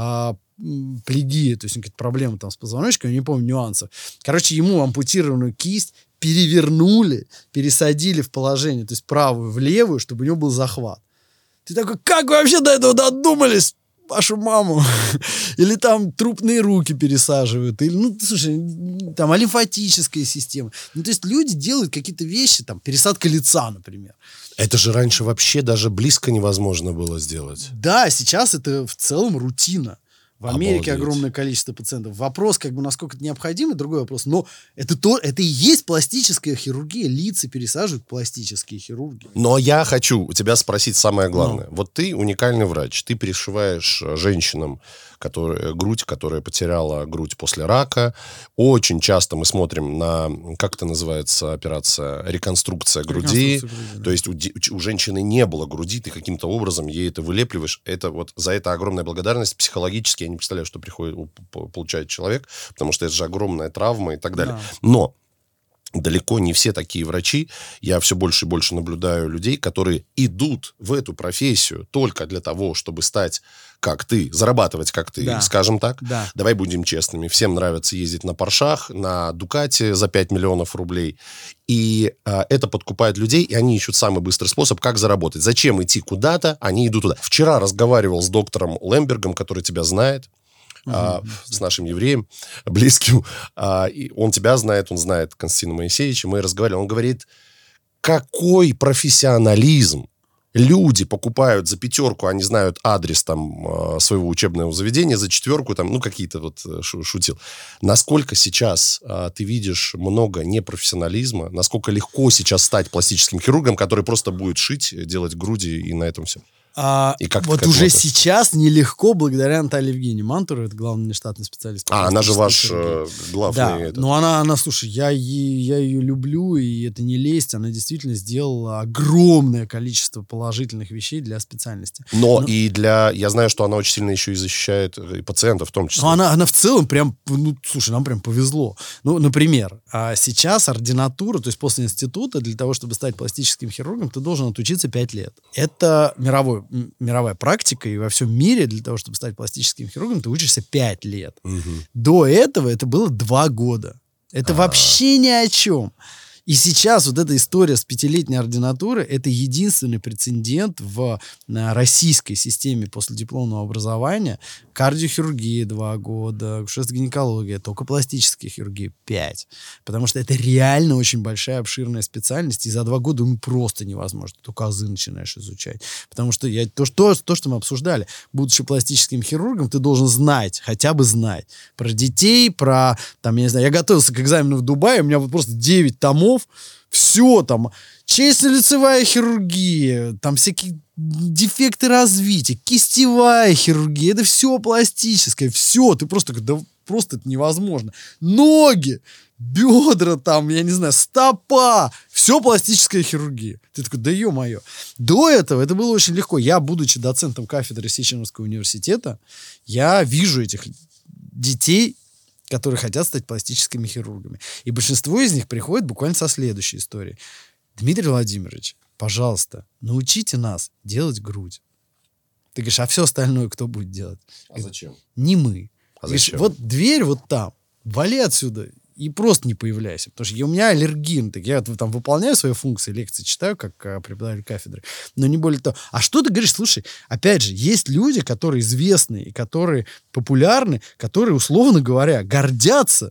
плегия, то есть какие-то проблемы там с позвоночником, я не помню нюансов. Короче, ему ампутированную кисть перевернули, пересадили в положение, то есть правую в левую, чтобы у него был захват. Ты такой, как вы вообще до этого додумались, вашу маму? Или там трупные руки пересаживают, или, ну, слушай, там лимфатическая система. Ну, то есть люди делают какие-то вещи, там, пересадка лица, например. Это же раньше вообще даже близко невозможно было сделать. Да, сейчас это в целом рутина. В Америке Обалдеть. огромное количество пациентов. Вопрос, как бы, насколько это необходимо, другой вопрос. Но это и есть пластическая хирургия. Лица пересаживают пластические хирурги. Но я хочу у тебя спросить самое главное. Вот ты уникальный врач. Ты пришиваешь женщинам грудь, которая потеряла грудь после рака. Очень часто мы смотрим на, как это называется операция, реконструкция груди. Да. То есть у женщины не было груди, ты каким-то образом ей это вылепливаешь. Это вот за это огромная благодарность. Психологически я не представляю, что получает человек, потому что это же огромная травма и так далее. Да. Но далеко не все такие врачи. Я все больше и больше наблюдаю людей, которые идут в эту профессию только для того, чтобы стать как ты, зарабатывать как ты, Да. скажем так. Да. Давай будем честными. Всем нравится ездить на Поршах, на Дукате за 5 миллионов рублей. И это подкупает людей, и они ищут самый быстрый способ, как заработать. Зачем идти куда-то, они идут туда. Вчера разговаривал с доктором Лембергом, который тебя знает, с нашим евреем близким. И он тебя знает, он знает Константина Моисеевича. Мы разговаривали. Он говорит, какой профессионализм. Люди покупают за 5, они знают адрес там своего учебного заведения, за 4 там, ну, какие-то вот шутил. Насколько сейчас ты видишь много непрофессионализма, насколько легко сейчас стать пластическим хирургом, который просто будет шить, делать груди и на этом все? И как вот уже сейчас нелегко, благодаря Наталье Евгеньевне Мантуровой, это главный внештатный специалист. Она же ваш главный... Да, но она, слушай, я ее люблю, и это не лесть, она действительно сделала огромное количество положительных вещей для специальности. Но и я знаю, что она очень сильно еще и защищает и пациентов в том числе. Но она в целом прям, слушай, нам прям повезло. Ну, например, сейчас ординатура, то есть после института, для того, чтобы стать пластическим хирургом, ты должен отучиться 5 лет. Это мировая практика, и во всем мире для того, чтобы стать пластическим хирургом, ты учишься 5 лет. Угу. До этого это было 2 года. Это вообще ни о чем. И сейчас вот эта история с 5-летней ординатуры — это единственный прецедент в российской системе последипломного образования. Кардиохирургия 2 года, гинекология, только пластическая хирургия 5. Потому что это реально очень большая, обширная специальность, и за 2 года просто невозможно. Только азы начинаешь изучать. Потому что то, что мы обсуждали, будучи пластическим хирургом, ты должен знать, хотя бы знать про детей, про, там, я не знаю, я готовился к экзамену в Дубае, у меня вот просто 9 томов, все там, челюстно-лицевая хирургия, там всякие дефекты развития, кистевая хирургия, это все пластическое, все, ты просто, да просто это невозможно. Ноги, бедра там, я не знаю, стопа, все пластическая хирургия. Ты такой, да ё-моё. До этого это было очень легко. Я, будучи доцентом кафедры Сеченовского университета, я вижу этих детей, которые хотят стать пластическими хирургами. И большинство из них приходит буквально со следующей историей. Дмитрий Владимирович, пожалуйста, научите нас делать грудь. Ты говоришь, а все остальное кто будет делать? А зачем? Не мы. А говоришь, зачем? вот дверь вот там, вали отсюда и просто не появляйся. Потому что у меня аллергия. Я там выполняю свои функции, лекции читаю, как преподаватель кафедры, но не более того. А что ты говоришь? Слушай, опять же, есть люди, которые известны и которые популярны, которые, условно говоря, гордятся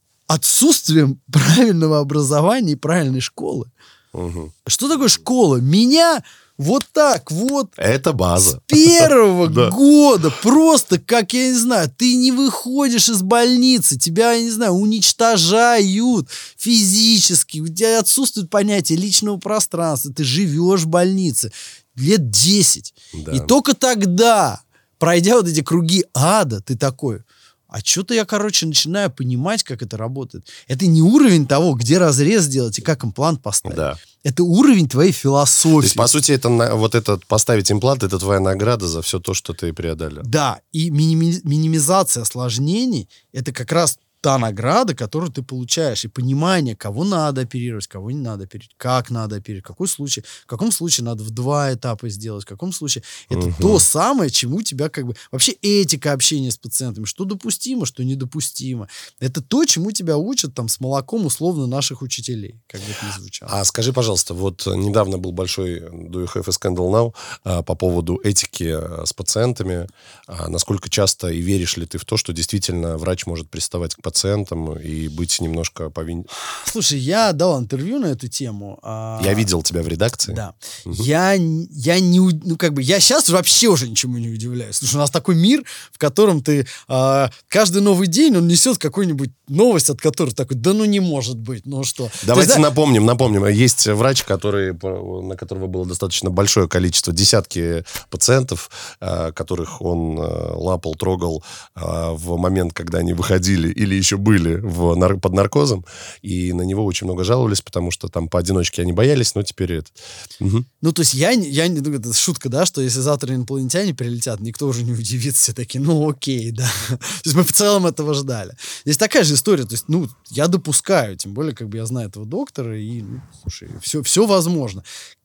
отсутствием правильного образования и правильной школы. Угу. Что такое школа? Меня вот так вот Это база. с первого года просто, как, я не знаю, ты не выходишь из больницы, тебя, я не знаю, уничтожают физически, у тебя отсутствует понятие личного пространства, ты живешь в больнице лет 10. Да. И только тогда, пройдя вот эти круги ада, ты такой... А что-то я, начинаю понимать, как это работает. Это не уровень того, где разрез сделать и как имплант поставить. Да. Это уровень твоей философии. То есть, по сути, это поставить имплант, это твоя награда за все то, что ты преодолел. Да, и минимизация осложнений — это как раз та награда, которую ты получаешь, и понимание, кого надо оперировать, кого не надо оперировать, как надо оперировать, в каком случае надо в 2 этапа сделать, в каком случае. Это то самое, чему тебя вообще этика общения с пациентами, что допустимо, что недопустимо. Это то, чему тебя учат там с молоком условно наших учителей, как бы это ни звучало. А скажи, пожалуйста, вот недавно был большой Do You Have a Scandal Now по поводу этики с пациентами. Насколько часто и веришь ли ты в то, что действительно врач может приставать к пациентам и быть немножко повинен? Слушай, я дал интервью на эту тему. Я видел тебя в редакции. Да. Я сейчас вообще уже ничему не удивляюсь. Слушай, у нас такой мир, в котором ты каждый новый день, он несет какую-нибудь новость, от которой такой, да ну не может быть, ну что. Давайте напомним. Есть врач, на которого было достаточно большое количество, десятки пациентов, которых он лапал, трогал в момент, когда они выходили или еще были под наркозом, и на него очень много жаловались, потому что там поодиночке они боялись, но теперь это... Угу. Ну, то есть это шутка, да, что если завтра инопланетяне прилетят, никто уже не удивится, все такие, ну, окей, да. То есть мы в целом этого ждали. Здесь такая же история, то есть, я допускаю, тем более, я знаю этого доктора, и, слушай, все возможно.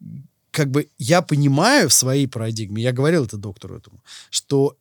Я понимаю в своей парадигме, я говорил это доктору этому, что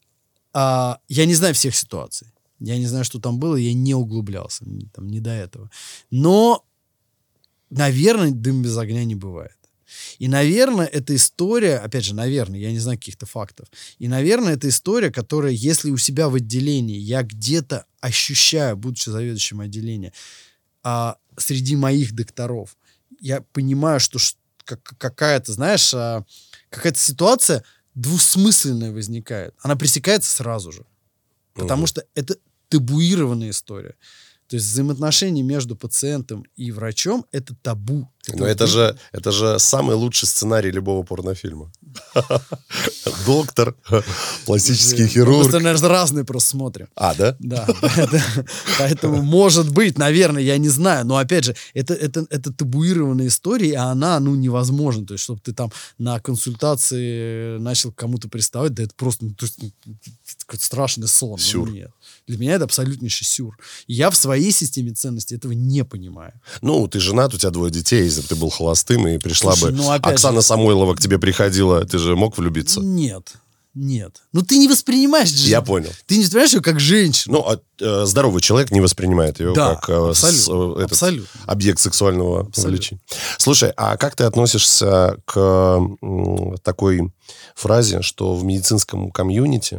я не знаю всех ситуаций. Я не знаю, что там было, я не углублялся, там, не до этого. Но, наверное, дым без огня не бывает. И, наверное, эта история, опять же, наверное, я не знаю каких-то фактов, и, наверное, это история, которая, если у себя в отделении я где-то ощущаю, будучи заведующим отделения, среди моих докторов, я понимаю, что какая-то, знаешь, какая-то ситуация двусмысленная возникает. Она пресекается сразу же. Потому что это табуированная история. То есть взаимоотношения между пациентом и врачом — это табу. Но это же самый лучший сценарий любого порнофильма. Доктор, пластический Мы хирург. просто, наверное, разные просто смотрим. А, да? Да, поэтому, может быть, наверное, я не знаю, но, опять же, это табуированная история, и она, невозможна. То есть, чтобы ты там на консультации начал к кому-то приставать, да это просто, какой-то страшный сон. Сюр. Нет. Для меня это абсолютнейший сюр. И я в своей системе ценностей этого не понимаю. Ну, ты женат, у тебя 2 детей, если бы ты был холостым, и пришла Слушай, бы опять Оксана же, Самойлова к тебе приходила, ты же мог влюбиться? Нет. Ну, ты не воспринимаешь же. Я понял. Ты не воспринимаешь ее как женщину. Ну, здоровый человек не воспринимает ее Да, как абсолютно. объект сексуального влечения. Слушай, а как ты относишься к такой фразе, что в медицинском комьюнити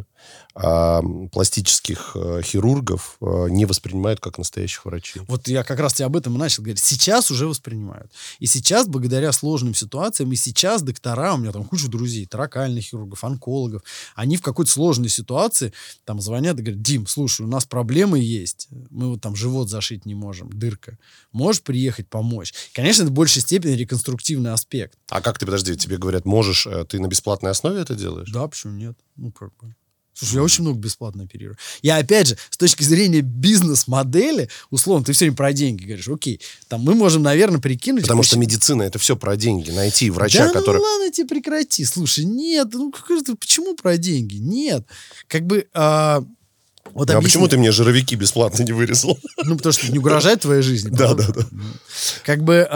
пластических хирургов не воспринимают как настоящих врачей? Вот я как раз тебе об этом и начал говорить. Сейчас уже воспринимают. И сейчас, благодаря сложным ситуациям, и сейчас доктора, у меня там куча друзей, торакальных хирургов, онкологов, они в какой-то сложной ситуации там звонят и говорят: Дим, слушай, у нас проблемы есть, мы вот там живот зашить не можем, дырка. Можешь приехать помочь? Конечно, это в большей степени реконструктивный аспект. А как ты, подожди, тебе говорят, можешь, ты на бесплатной основе это делаешь? Да, почему нет? Как бы. Слушай, я очень много бесплатно оперирую. Я, опять же, с точки зрения бизнес-модели, условно, ты все время про деньги говоришь. Окей, там мы можем, наверное, прикинуть... Потому что медицина — это все про деньги. Найти врача, да, который... ну ладно, тебе прекрати. Слушай, нет, почему про деньги? Нет. Как бы... Вот а почему ты мне жировики бесплатно не вырезал? Ну, потому что не угрожает твоей жизни. Да. Как бы,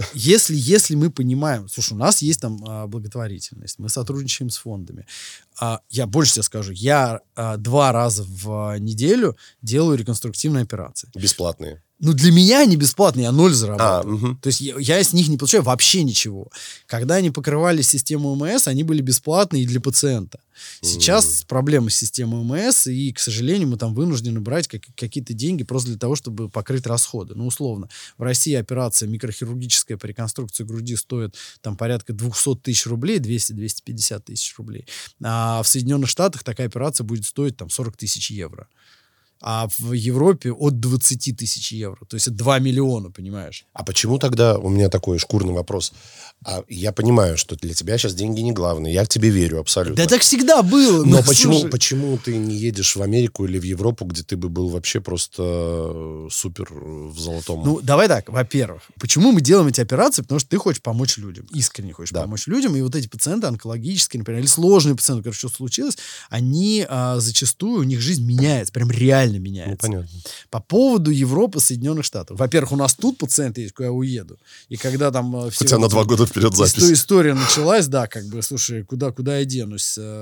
если мы понимаем... Слушай, у нас есть там благотворительность, мы сотрудничаем с фондами. Я больше тебе скажу, я 2 раза в неделю делаю реконструктивные операции. Бесплатные. Ну, для меня они бесплатные, я 0 зарабатываю. Угу. То есть я с них не получаю вообще ничего. Когда они покрывали систему ОМС, они были бесплатные и для пациента. Сейчас проблемы с системой ОМС, и, к сожалению, мы там вынуждены брать какие-то деньги просто для того, чтобы покрыть расходы. Ну, условно, в России операция микрохирургическая по реконструкции груди стоит там порядка 200 тысяч рублей, 200-250 тысяч рублей. А в Соединенных Штатах такая операция будет стоить там 40 тысяч евро. А в Европе от 20 тысяч евро. То есть это 2 миллиона, понимаешь? А почему тогда, у меня такой шкурный вопрос, я понимаю, что для тебя сейчас деньги не главное, я к тебе верю абсолютно. Да так всегда было. Но почему ты не едешь в Америку или в Европу, где ты бы был вообще просто супер в золотом? Ну, давай так, во-первых, почему мы делаем эти операции? Потому что ты хочешь помочь людям, искренне хочешь помочь людям, и вот эти пациенты онкологические, например, или сложные пациенты, которые что случилось, они зачастую, у них жизнь меняется, прям реально меняется. Ну, понятно. По поводу Европы, Соединенных Штатов. Во-первых, у нас тут пациенты есть, куда я уеду. И когда там... Хотя на 2 года вперед запись. История началась, да, как бы, слушай, куда я денусь?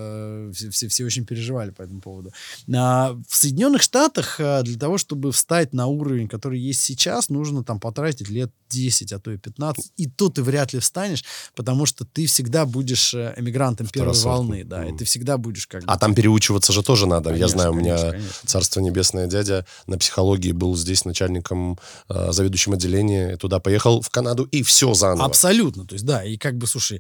Все очень переживали по этому поводу. В Соединенных Штатах для того, чтобы встать на уровень, который есть сейчас, нужно там потратить лет 10, а то и 15. И то ты вряд ли встанешь, потому что ты всегда будешь эмигрантом первой волны. Да, и ты всегда будешь как бы... А там переучиваться же тоже надо. Конечно, я знаю, у меня конечно. царство небесное дядя на психологии был здесь начальником заведующим отделения, туда поехал в Канаду, и все заново. Абсолютно. То есть, да, и как бы, слушай,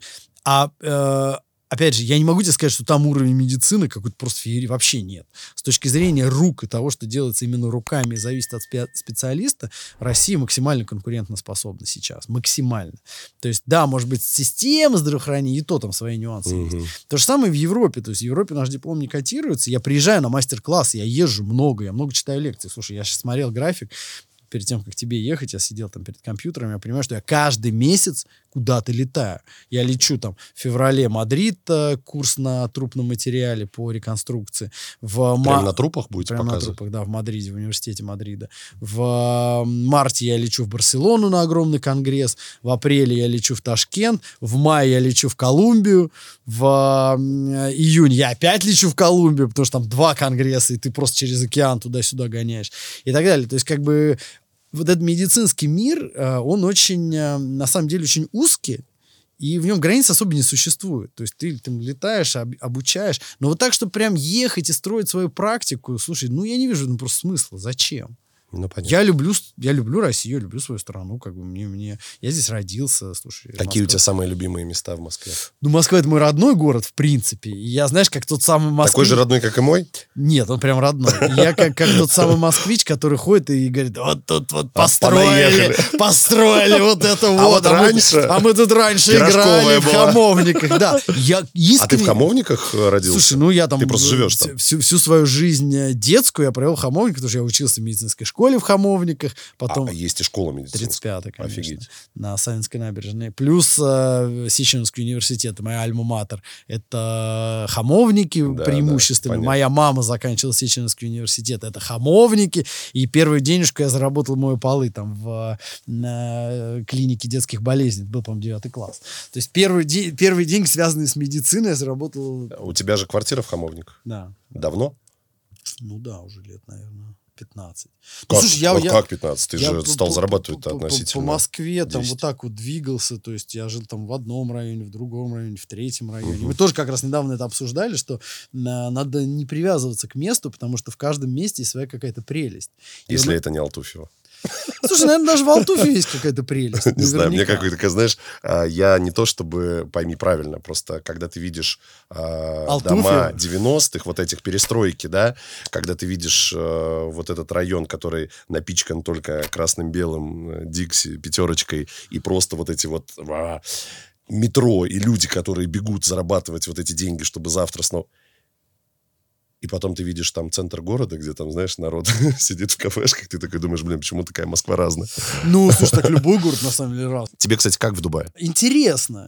опять же, я не могу тебе сказать, что там уровень медицины какой-то просто феерии вообще нет. С точки зрения рук и того, что делается именно руками и зависит от специалиста, Россия максимально конкурентоспособна сейчас. Максимально. То есть, да, может быть, система здравоохранения, и то там свои нюансы есть. То же самое в Европе. То есть, в Европе наш диплом не котируется. Я приезжаю на мастер-класс, я езжу много, я много читаю лекций. Слушай, я сейчас смотрел график. Перед тем, как к тебе ехать, я сидел там перед компьютером, я понимаю, что я каждый месяц куда-то летаю. Я лечу там в феврале Мадрид, курс на трупном материале по реконструкции. Прямо на трупах будете прямо показывать? на трупах, да, в Мадриде, в университете Мадрида. В марте я лечу в Барселону на огромный конгресс. В апреле я лечу в Ташкент. В мае я лечу в Колумбию. В июне я опять лечу в Колумбию, потому что там 2 конгресса, и ты просто через океан туда-сюда гоняешь. И так далее. То есть, как бы, вот этот медицинский мир, он очень, на самом деле, очень узкий, и в нем границ особо не существует. То есть ты там летаешь, обучаешь, но вот так, чтобы прям ехать и строить свою практику, слушай, я не вижу просто смысла. Зачем? Ну, понятно. Я люблю Россию, люблю свою страну, как бы я здесь родился, слушай. Какие у тебя самые любимые места в Москве? Ну, Москва — это мой родной город, в принципе. И я, знаешь, как тот самый москвич... Такой же родной, как и мой? Нет, он прям родной. Я как тот самый москвич, который ходит и говорит, вот тут вот построили вот это вот. А мы тут раньше играли в Хамовниках. Да, я искренне... А ты в Хамовниках родился? Слушай, ну я там... Ты просто живешь там. Всю свою жизнь детскую я провел в Хамовниках, потому что я учился в медицинской школе в Хамовниках, потом... есть и школа медицинская. 35-я, конечно. Офигеть. На Савинской набережной. Плюс Сеченовский университет, моя альма-матер. Это Хамовники преимущественно. Да, моя мама заканчивала Сеченовский университет. Это Хамовники. И первую денежку я заработал, мою полы там в клинике детских болезней. Это был, по-моему, 9 класс. То есть первые деньги, связанные с медициной, я заработал... У тебя же квартира в Хамовниках? Да. Давно? Ну да, уже лет, наверное, 15. Как, Слушай, как 15? Ты же стал зарабатывать относительно по Москве там 10. вот так вот двигался, то есть я жил там в одном районе, в другом районе, в третьем районе. Мы тоже как раз недавно это обсуждали, что надо не привязываться к месту, потому что в каждом месте есть своя какая-то прелесть. Если это не Алтуфьево. Слушай, наверное, даже в Алтуфе есть какая-то прелесть. Не знаю, мне какой-то, знаешь, я не то чтобы, пойми правильно, просто когда ты видишь дома 90-х, вот этих перестройки, да, когда ты видишь вот этот район, который напичкан только красным-белым, Дикси, пятерочкой, и просто вот эти вот метро, и люди, которые бегут зарабатывать вот эти деньги, чтобы завтра снова... И потом ты видишь там центр города, где там, знаешь, народ сидит в кафешках, ты такой думаешь, блин, почему такая Москва разная? Ну, слушай, так любой город на самом деле разный. Тебе, кстати, как в Дубае? Интересно,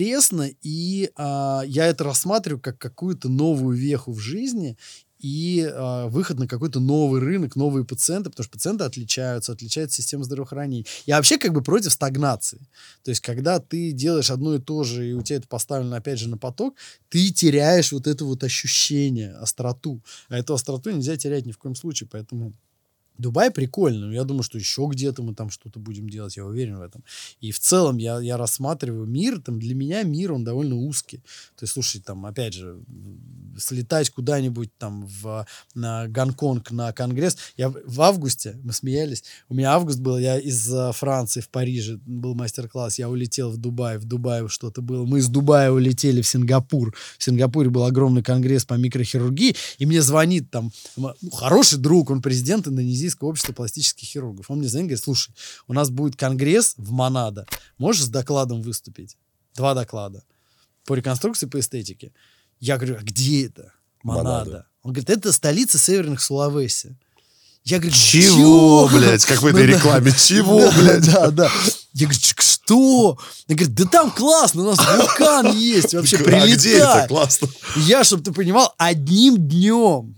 и я это рассматриваю как какую-то новую веху в жизни, и выход на какой-то новый рынок, новые пациенты, потому что пациенты отличается система здравоохранения. Я вообще как бы против стагнации. То есть, когда ты делаешь одно и то же, и у тебя это поставлено, опять же, на поток, ты теряешь вот это вот ощущение, остроту. А эту остроту нельзя терять ни в коем случае, поэтому... Дубай прикольно, я думаю, что еще где-то мы там что-то будем делать, я уверен в этом. И в целом я рассматриваю мир, там для меня мир, он довольно узкий. То есть, слушай, там, опять же, слетать куда-нибудь там на Гонконг, на конгресс. Я в августе, мы смеялись, у меня август был, я из Франции в Париже, был мастер-класс, я улетел в Дубае что-то было. Мы из Дубая улетели в Сингапур. В Сингапуре был огромный конгресс по микрохирургии, и мне звонит там хороший друг, он президент Индонезийского общества пластических хирургов. Он мне звонит, говорит, слушай, у нас будет конгресс в Манадо, можешь с докладом выступить? 2 доклада по реконструкции, по эстетике. Я говорю, а где это? Манадо. Он говорит, это столица Северных Сулавеси. Я говорю, чего, блядь, как в этой рекламе, чего, блядь? Да. Я говорю, что? Я говорю, да там классно, у нас вулкан есть, вообще прилетай. А где это классно? Я, чтобы ты понимал, одним днем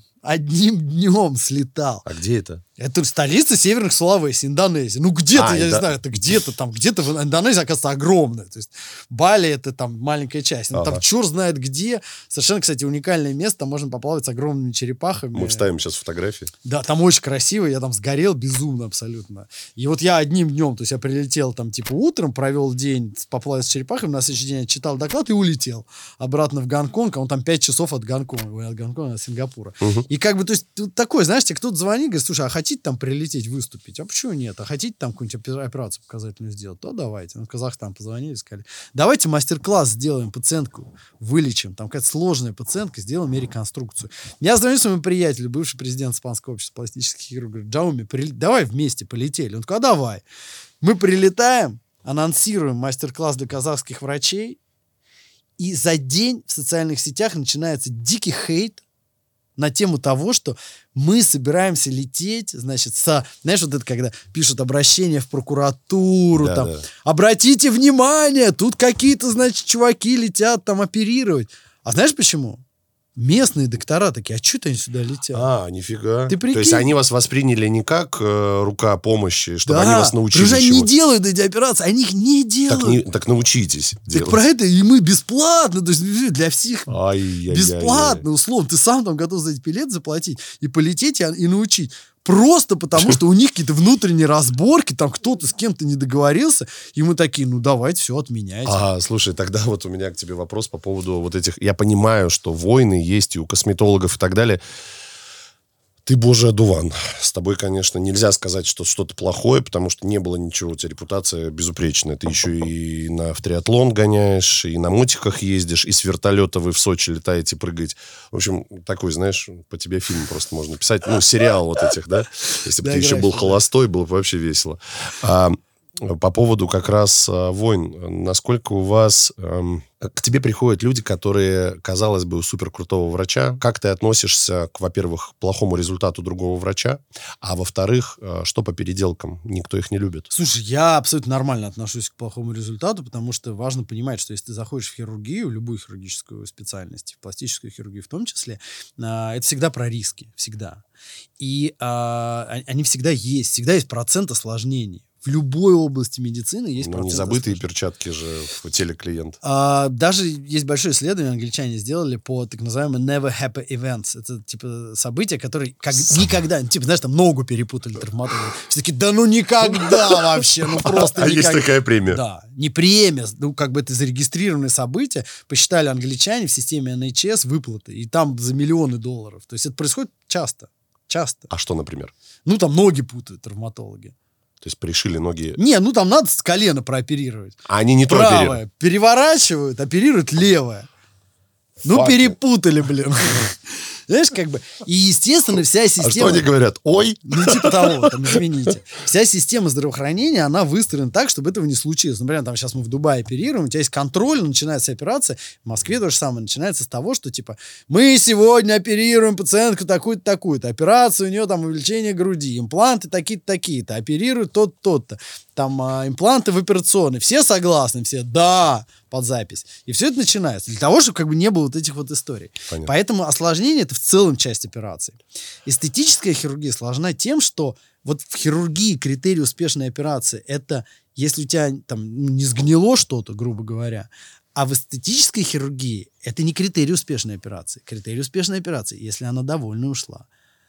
слетал. А где это? Это столица Северных Сулавеси, Индонезия. Ну, где-то, я не знаю, это где-то там, где-то в Индонезии, оказывается, огромная. То есть Бали — это там маленькая часть. Там черт знает где. Совершенно, кстати, уникальное место. Там можно поплавать с огромными черепахами. Мы вставим сейчас фотографии. Да, там очень красиво. Я там сгорел безумно абсолютно. И вот я одним днем, то есть я прилетел там типа утром, провел день, поплавал с черепахами, на следующий день читал доклад и улетел обратно в Гонконг. А он там 5 часов от Гонконга, от Сингапура. И как бы, то есть такое, знаешь, тебе кто-то звонит, говорит, слушай, а хотите там прилететь, выступить? А почему нет? А хотите там какую-нибудь операцию показательную сделать? То давайте. В Казахстан позвонили, сказали, давайте мастер-класс сделаем, пациентку вылечим. Там какая-то сложная пациентка, сделаем ей реконструкцию. Я звоню своему приятелю, бывший президент Испанского общества пластических хирургов, говорю, Джауми, давай вместе полетели. Он такой, а давай. Мы прилетаем, анонсируем мастер-класс для казахских врачей, и за день в социальных сетях начинается дикий хейт на тему того, что мы собираемся лететь, значит, знаешь, вот это, когда пишут обращение в прокуратуру, да, там, да. Обратите внимание, тут какие-то, значит, чуваки летят там оперировать. А знаешь почему? Местные доктора такие, а что они сюда летят? Нифига. Ты прикинь? То есть они вас восприняли не как рука помощи, чтобы они вас научили чему. Они чему-то. не делают эти операции, они их не делают. Так научитесь делать. Так про это и мы бесплатно, то есть для всех Ай-яй-яй-яй. бесплатно, условно. Ты сам там готов за эти билет заплатить и полететь и научить. Просто потому, что у них какие-то внутренние разборки, там кто-то с кем-то не договорился, и мы такие, ну давайте все отменяйте. Слушай, тогда вот у меня к тебе вопрос по поводу вот этих... Я понимаю, что войны есть и у косметологов и так далее. Ты божий одуван. С тобой, конечно, нельзя сказать, что что-то плохое, потому что не было ничего. У тебя репутация безупречная. Ты еще и в триатлон гоняешь, и на мотиках ездишь, и с вертолета вы в Сочи летаете, прыгаете. В общем, такой, знаешь, по тебе фильм просто можно писать. Ну, сериал вот этих, да? Если бы ты еще был холостой, было бы вообще весело. По поводу как раз войн. Насколько у вас... К тебе приходят люди, которые, казалось бы, у суперкрутого врача. Как ты относишься к, во-первых, плохому результату другого врача, а во-вторых, что по переделкам? Никто их не любит. Слушай, я абсолютно нормально отношусь к плохому результату, потому что важно понимать, что если ты заходишь в хирургию, любую хирургическую специальность, в пластическую хирургию в том числе, это всегда про риски, всегда. И они всегда есть процент осложнений. В любой области медицины есть процент. Не забытые перчатки же в теле клиента. Даже есть большое исследование, англичане сделали по так называемым never happy events. Это типа события, которые никогда, типа, знаешь, там ногу перепутали травматологи. Все такие, да ну никогда вообще, ну просто никогда. Есть такая премия. Да, не премия, ну как бы это зарегистрированное событие. Посчитали англичане в системе NHS выплаты, и там за миллионы долларов. То есть это происходит часто. А что, например? Ну там ноги путают травматологи. То есть пришили ноги... Не, ну там надо с колена прооперировать. А они не то правое оперируют. Переворачивают, оперируют левое. Ну, перепутали, блин. Знаешь, как бы... И, естественно, вся система... А что они говорят? Ой! Ну, типа того, там, извините. Вся система здравоохранения, она выстроена так, чтобы этого не случилось. Например, там сейчас мы в Дубае оперируем, у тебя есть контроль, начинается операция. В Москве то же самое. Начинается с того, что, типа, мы сегодня оперируем пациентку такую-то, такую-то. Операция у нее, там, увеличение груди. Импланты такие-то, такие-то. Оперируют тот-то, тот-то. Там, импланты в операционной. Все согласны, все, да, под запись. И все это начинается. Для того, чтобы как бы не было вот этих вот историй. Понятно. Поэтому осложнение — это в целом часть операции. Эстетическая хирургия сложна тем, что вот в хирургии критерий успешной операции — это если у тебя там не сгнило что-то, грубо говоря, а в эстетической хирургии это не критерий успешной операции. Критерий успешной операции, если она довольно ушла.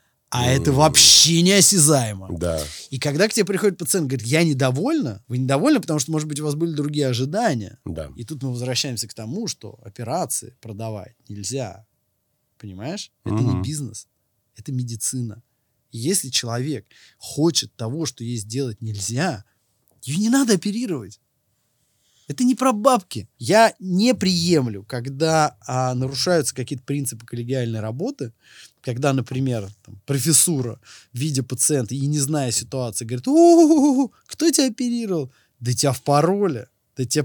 А это вообще неосязаемо. Да. И когда к тебе приходит пациент, говорит, я недовольна, вы недовольны, потому что, может быть, у вас были другие ожидания. Да. И тут мы возвращаемся к тому, что операции продавать нельзя. Понимаешь? Это не бизнес, это медицина. И если человек хочет того, что ей сделать нельзя, ее не надо оперировать. Это не про бабки. Я не приемлю, когда нарушаются какие-то принципы коллегиальной работы, когда, например, там, профессура, видя пациента и не зная ситуации, говорит, кто тебя оперировал? Да тебя впороли, да тебя...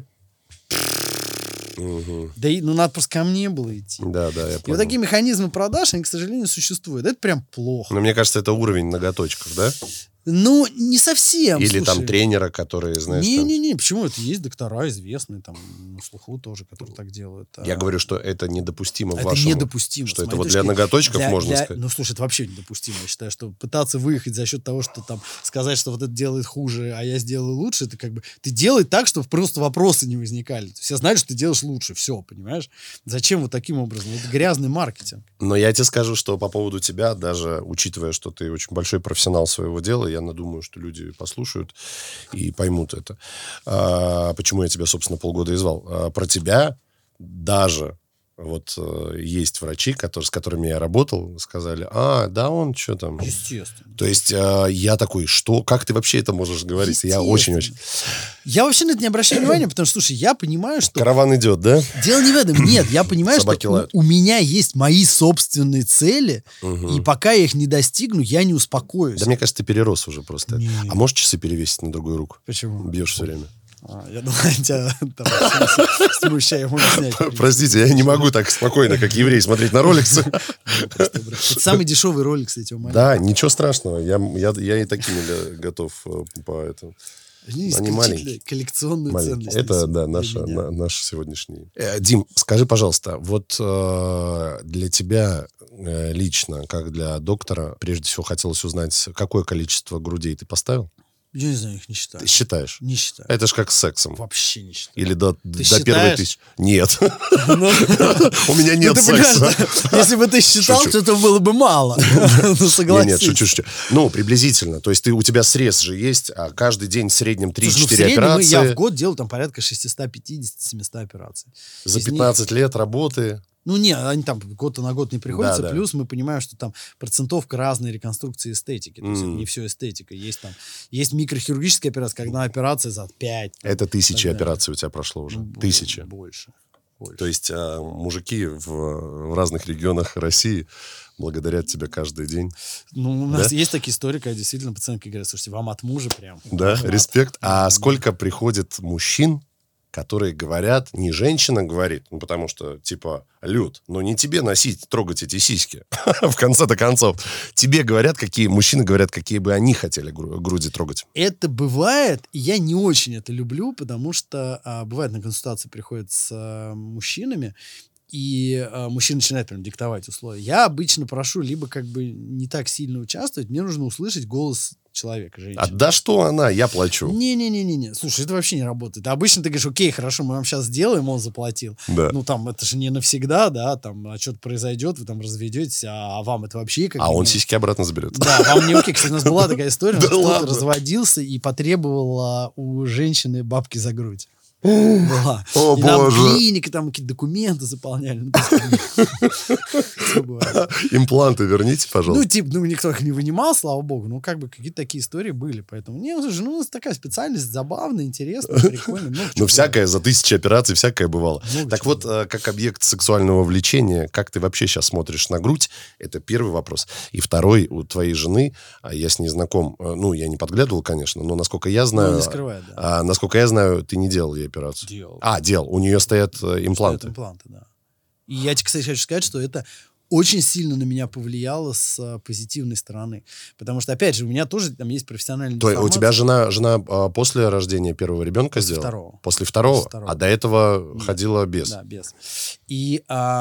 Да, ну, надо просто ко мне было идти. Да, я понял. И вот такие механизмы продаж, они, к сожалению, существуют. Это прям плохо. Но мне кажется, это уровень ноготочков, да? Ну, не совсем. Или слушай. там тренера, которые, знаешь... Не-не-не, почему? Это есть доктора известные, там, на слуху тоже, которые так делают. Я говорю, что это недопустимо в это вашем... недопустимо. Что это вот для ноготочков, можно сказать? Ну, слушай, это вообще недопустимо. Я считаю, что пытаться выехать за счет того, что там сказать, что вот это делает хуже, а я сделаю лучше, это как бы... Ты делай так, чтобы просто вопросы не возникали. Все знают, что ты делаешь лучше. Все, понимаешь? Зачем вот таким образом? Это грязный маркетинг. Но я тебе скажу, что по поводу тебя, даже учитывая, что ты очень большой профессионал своего дела, я думаю, что люди послушают и поймут это. Почему я тебя, собственно, полгода и звал. Про тебя даже вот есть врачи, с которыми я работал, сказали, да он что там... Естественно. То есть я такой, что? Как ты вообще это можешь говорить? Я очень-очень... Я вообще на это не обращаю внимания, потому что, слушай, я понимаю, что... Караван идет, да? Дело не в этом. Нет, я понимаю, Собаки что лают. у меня есть мои собственные цели, и пока я их не достигну, я не успокоюсь. Да мне кажется, ты перерос уже просто. Нет. А можешь часы перевесить на другую руку? Почему? Бьешь все время. Я думал, я тебя там смущаю, можно снять. Простите, я не могу так спокойно, как еврей, смотреть на роликсы. Это самый дешевый ролик, кстати, у меня. Да, ничего страшного. Я и такими готов по этому. Они маленькие. Коллекционную ценность. Это, да, наш сегодняшний. Дим, скажи, пожалуйста, вот для тебя лично, как для доктора, прежде всего хотелось узнать, какое количество грудей ты поставил? Я не знаю, их не считаю. Ты считаешь? Не считаю. Это ж как с сексом. Вообще не считаю. Или до считаешь? первой тысячи. Нет. У меня нет секса. Если бы ты считал, то это было бы мало. Ну, согласись. Нет, шучу. Ну, приблизительно. То есть у тебя срез же есть, а каждый день в среднем 3-4 операции. Я в год делал там порядка 650-700 операций. За 15 лет работы. Ну, не, они там год на год не приходятся, Да. плюс мы понимаем, что там процентовка разной реконструкции эстетики. То есть это не все эстетика. Есть микрохирургическая операция, когда операция за 5. Это 1000 так далее. операций у тебя прошло уже. 1000. Больше. То есть мужики в разных регионах России благодарят тебя каждый день. Ну, у нас есть такие истории, когда действительно пациентки говорят, слушайте, вам от мужа прям. Да, респект. А сколько приходит мужчин, которые говорят, не женщина говорит, ну, потому что, типа, Люд, ну, не тебе носить, трогать эти сиськи, в конце-то концов. Тебе говорят, мужчины говорят, какие бы они хотели груди трогать. Это бывает, и я не очень это люблю, потому что бывает на консультации приходят с мужчинами, и мужчина начинает прям диктовать условия. Я обычно прошу либо как бы не так сильно участвовать, мне нужно услышать голос человека, женщины. А да что она, я плачу. Не-не-не-не. Слушай, это вообще не работает. Обычно ты говоришь, окей, хорошо, мы вам сейчас сделаем, он заплатил. Да. Ну, там, это же не навсегда, да, там, что-то произойдет, вы там разведетесь, а вам это вообще как А бы... он сиськи обратно заберет. Да, вам не окей. Кстати, у нас была такая история, Да кто-то ладно? разводился и потребовал у женщины бабки за грудь. Была. О, И нам боже. клиника, там какие-то документы заполняли. Ну, то есть, всё бывает. Импланты верните, Ну, пожалуйста. типа, никто их не вынимал, слава богу, но как бы какие-то такие истории были. Поэтому, слушай, у нас такая специальность забавная, интересная, прикольная. Ну, всякое, за 1000 операций всякое бывало. Много Так чего вот, как объект сексуального влечения, как ты вообще сейчас смотришь на грудь? Это первый вопрос. И второй, у твоей жены, я с ней знаком, ну, я не подглядывал, конечно, но насколько я знаю... не скрывает, да. Насколько я знаю, ты не делал ей операцию. Делал. Делал. У нее стоят Стоят импланты. импланты, да. И я тебе, кстати, хочу сказать, что это очень сильно на меня повлияло с позитивной стороны. Потому что, опять же, у меня тоже там есть профессиональная То у деформация. тебя жена после рождения первого ребенка сделала? второго. После второго? После второго. А до этого ходила без? Да, без. И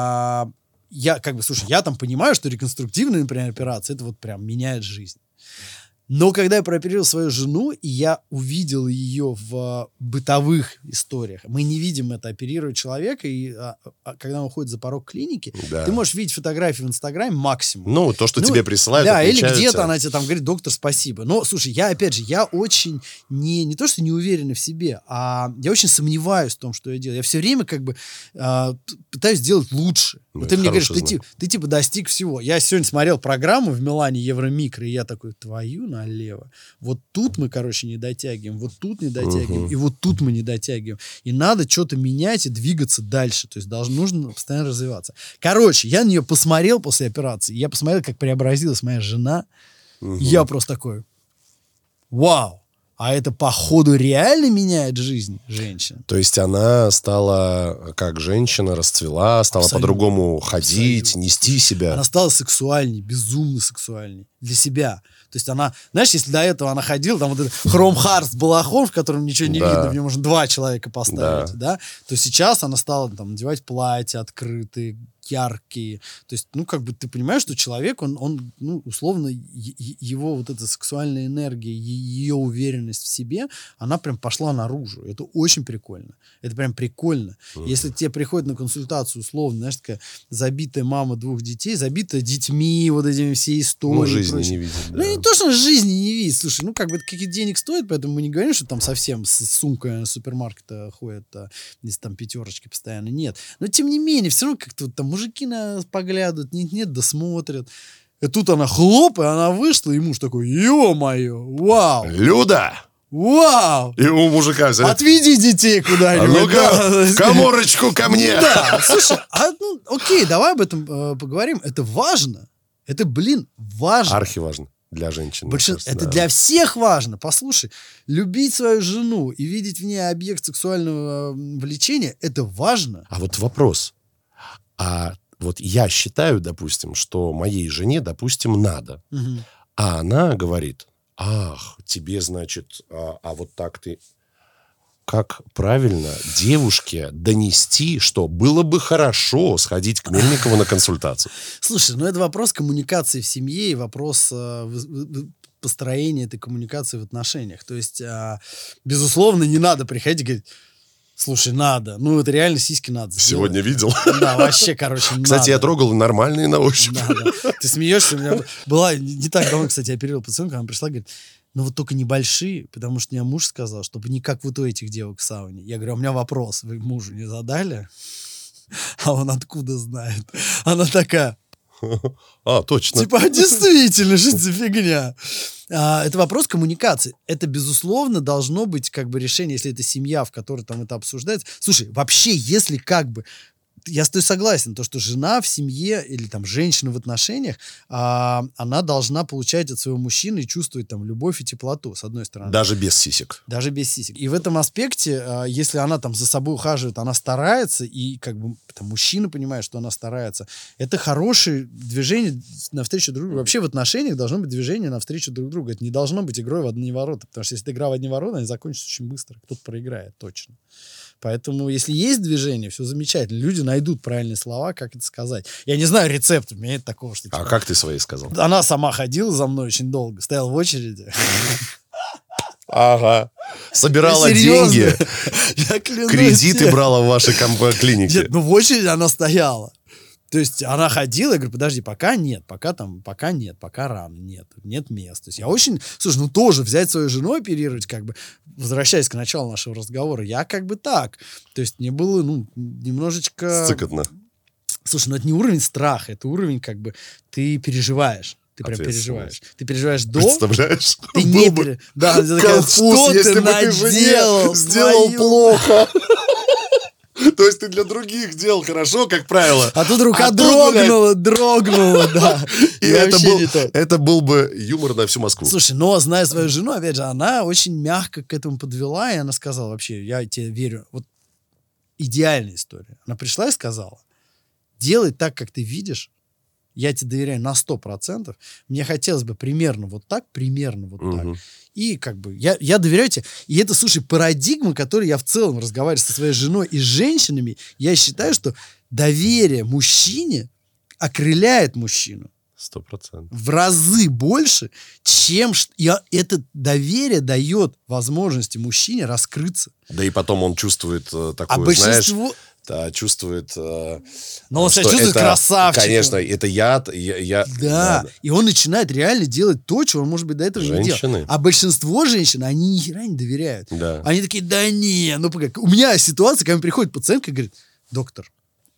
я как бы, слушай, я там понимаю, что реконструктивная, например, операция, это вот прям меняет жизнь. Но когда я прооперировал свою жену, и я увидел ее в бытовых историях, мы не видим это, оперируя человека, и когда он уходит за порог клиники, Да. ты можешь видеть фотографии в Инстаграме максимум. Ну, то, что тебе присылают, Да, или отмечают где-то тебя. она тебе там говорит, доктор, спасибо. Но, слушай, я очень не то, что не уверен в себе, а я очень сомневаюсь в том, что я делаю. Я все время как бы пытаюсь сделать лучше. Ну, Вот ты это мне говоришь, хороший знак. ты типа достиг всего. Я сегодня смотрел программу в Милане Евромикро, и я такой, твою налево. Вот тут мы, короче, не дотягиваем, вот тут не дотягиваем, и вот тут мы не дотягиваем. И надо что-то менять и двигаться дальше. То есть нужно постоянно развиваться. Короче, я на нее посмотрел после операции, я посмотрел, как преобразилась моя жена. И я просто такой, вау, а это, походу, реально меняет жизнь женщин. То есть она стала, как женщина, расцвела, стала Абсолютно. по-другому ходить, Абсолютно. нести себя. Она стала сексуальней, безумно сексуальней. Для себя. То есть она, знаешь, если до этого она ходила, там вот этот хром-хард балахон, в котором ничего не Да. видно, в нем можно 2 человека поставить, да, то сейчас она стала там надевать платья открытые, яркие. То есть, ну, как бы ты понимаешь, что человек, он ну, условно, его вот эта сексуальная энергия, ее уверенность в себе, она прям пошла наружу. Это очень прикольно. Это прям прикольно. Если тебе приходит на консультацию, условно, знаешь, такая забитая мама 2 детей, забитая детьми, вот этими все истории. Ну, жизни прочее. не видит. Ну, не то, что жизни не видит. Слушай, ну, как бы это каких денег стоит, поэтому мы не говорим, что там совсем с сумкой супермаркета ходят, если там 5 постоянно. Нет. Но, тем не менее, все равно как-то вот там мужики на нас поглядывают, нет-нет, досмотрят. И тут она хлоп, и она вышла, и муж такой, ё-моё, вау, Люда! вау, И у мужика взяли. отведи детей А куда-нибудь. ну-ка, да. в каморочку ко мне! Да, слушай, ну, окей, давай об этом поговорим. Это важно. Это, важно. Архиважно для женщин. мне кажется, Это да. для всех важно. Послушай, любить свою жену и видеть в ней объект сексуального влечения, это важно. А вот вопрос. А вот я считаю, допустим, что моей жене, допустим, надо. Мгм. А она говорит, ах, тебе, значит, а вот так ты... Как правильно девушке донести, что было бы хорошо сходить к Мельникову на консультацию? Слушай, ну это вопрос коммуникации в семье и вопрос построения этой коммуникации в отношениях. То есть, безусловно, не надо приходить и говорить, слушай, надо. Ну, это реально сиськи надо сделать. Сегодня видел. Да, вообще, короче, Кстати, я надо. трогал нормальные на ощупь. Да, да. Ты смеешься. У меня была не так давно, кстати, я оперировал пациентку, она пришла, говорит, ну вот только небольшие, потому что мне муж сказал, чтобы не как вот у этих девок в сауне. Я говорю, а у меня вопрос, вы мужу не задали? А он откуда знает? Она такая... Точно. Типа, действительно, что это за фигня? Это вопрос коммуникации. Это, безусловно, должно быть как бы решение, если это семья, в которой там это обсуждается. Слушай, вообще, если как бы... Я с тобой согласен, то, что жена в семье или там женщина в отношениях, она должна получать от своего мужчины и чувствовать там любовь и теплоту, с одной стороны. Даже без сисек. Даже без сисек. И в этом аспекте, если она там за собой ухаживает, она старается, и как бы там, мужчина понимает, что она старается, это хорошее движение навстречу друг другу. Вообще в отношениях должно быть движение навстречу друг другу. Это не должно быть игрой в одни ворота, потому что если это игра в одни ворота, они закончатся очень быстро. Кто-то проиграет, точно. Поэтому, если есть движение, все замечательно. Люди найдут правильные слова, как это сказать. Я не знаю рецепта, у меня нет такого, что... А как ты свои сказал? Она сама ходила за мной очень долго, стояла в очереди. Ага. Собирала деньги. Я клянусь. Кредиты брала в вашей клинике. Нет, в очереди она стояла. То есть она ходила, я говорю, подожди, пока нет, пока нет, пока рано, нет мест. То есть я очень... Слушай, тоже взять свою жену, оперировать, как бы, возвращаясь к началу нашего разговора, я как бы так. То есть мне было, немножечко... Сцикотно. Слушай, это не уровень страха, это уровень, как бы, ты переживаешь. Ты прям переживаешь. Ты переживаешь до... Представляешь? Ты не... Да, конфуз, если бы ты жене сделал плохо. То есть ты для других делал хорошо, как правило. А тут рука дрогнула, да. И это был бы юмор на всю Москву. Слушай, но зная свою жену, опять же, она очень мягко к этому подвела, и она сказала вообще, я тебе верю. Вот идеальная история. Она пришла и сказала, делай так, как ты видишь, я тебе доверяю на 100%. Мне хотелось бы примерно вот так. И как бы я доверяю тебе. И это, слушай, парадигма, которой я в целом разговариваю со своей женой и с женщинами. Я считаю, что доверие мужчине окрыляет мужчину. 100%. В разы больше, чем... Это доверие дает возможности мужчине раскрыться. Да и потом он чувствует такую, большинство... знаешь... чувствует... Но он себя чувствует красавчиком. Конечно, это яд. Да, и он начинает реально делать то, чего он, может быть, до этого не делал. А большинство женщин, они ни хера не доверяют. Да. Они такие, да не, погоди. У меня ситуация, когда приходит пациентка и говорит, доктор,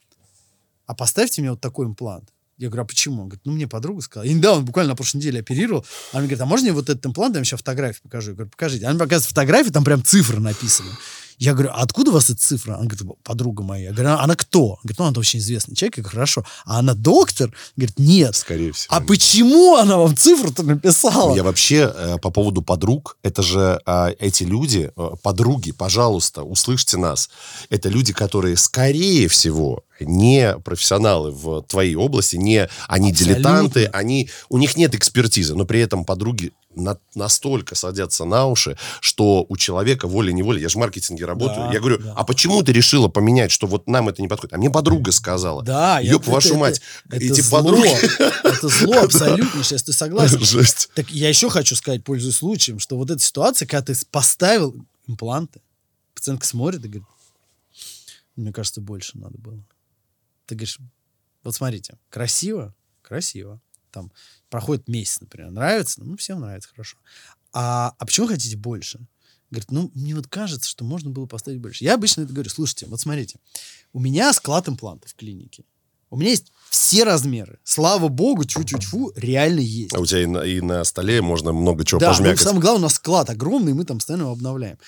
а поставьте мне вот такой имплант. Я говорю, а почему? Он говорит, мне подруга сказала. И недавно, буквально на прошлой неделе оперировал. Она мне говорит, а можно мне вот этот имплант? Я вам сейчас фотографию покажу. Я говорю, покажите. Она мне показывает фотографию, там прям цифры написаны. Я говорю, а откуда у вас эта цифра? Она говорит, подруга моя. Я говорю, она кто? Она говорит, она очень известный человек. Я говорю, хорошо. А она доктор? Говорит, нет. Скорее всего. А почему она вам цифру-то написала? Я вообще по поводу подруг, это же эти люди, подруги, пожалуйста, услышьте нас. Это люди, которые, скорее всего, не профессионалы в твоей области, они дилетанты, у них нет экспертизы, но при этом подруги настолько садятся на уши, что у человека волей-неволей, я же в маркетинге работаю, я говорю, а почему ты решила поменять, что вот нам это не подходит? А мне подруга сказала. Да, ёб вашу мать. Эти подруги... Это зло абсолютно, сейчас ты согласен. Жесть. Так я еще хочу сказать, пользуясь случаем, что вот эта ситуация, когда ты поставил импланты, пациентка смотрит и говорит, мне кажется, больше надо было. Ты говоришь, вот смотрите, красиво, там проходит месяц, например, нравится, всем нравится, хорошо. А почему хотите больше? Говорит, мне вот кажется, что можно было поставить больше. Я обычно это говорю, слушайте, вот смотрите, у меня склад имплантов в клинике. У меня есть все размеры. Слава богу, тьфу-тьфу-тьфу, реально есть. А у тебя и на столе можно много чего пожмякать. Да, самое главное, у нас склад огромный, мы там постоянно его обновляем.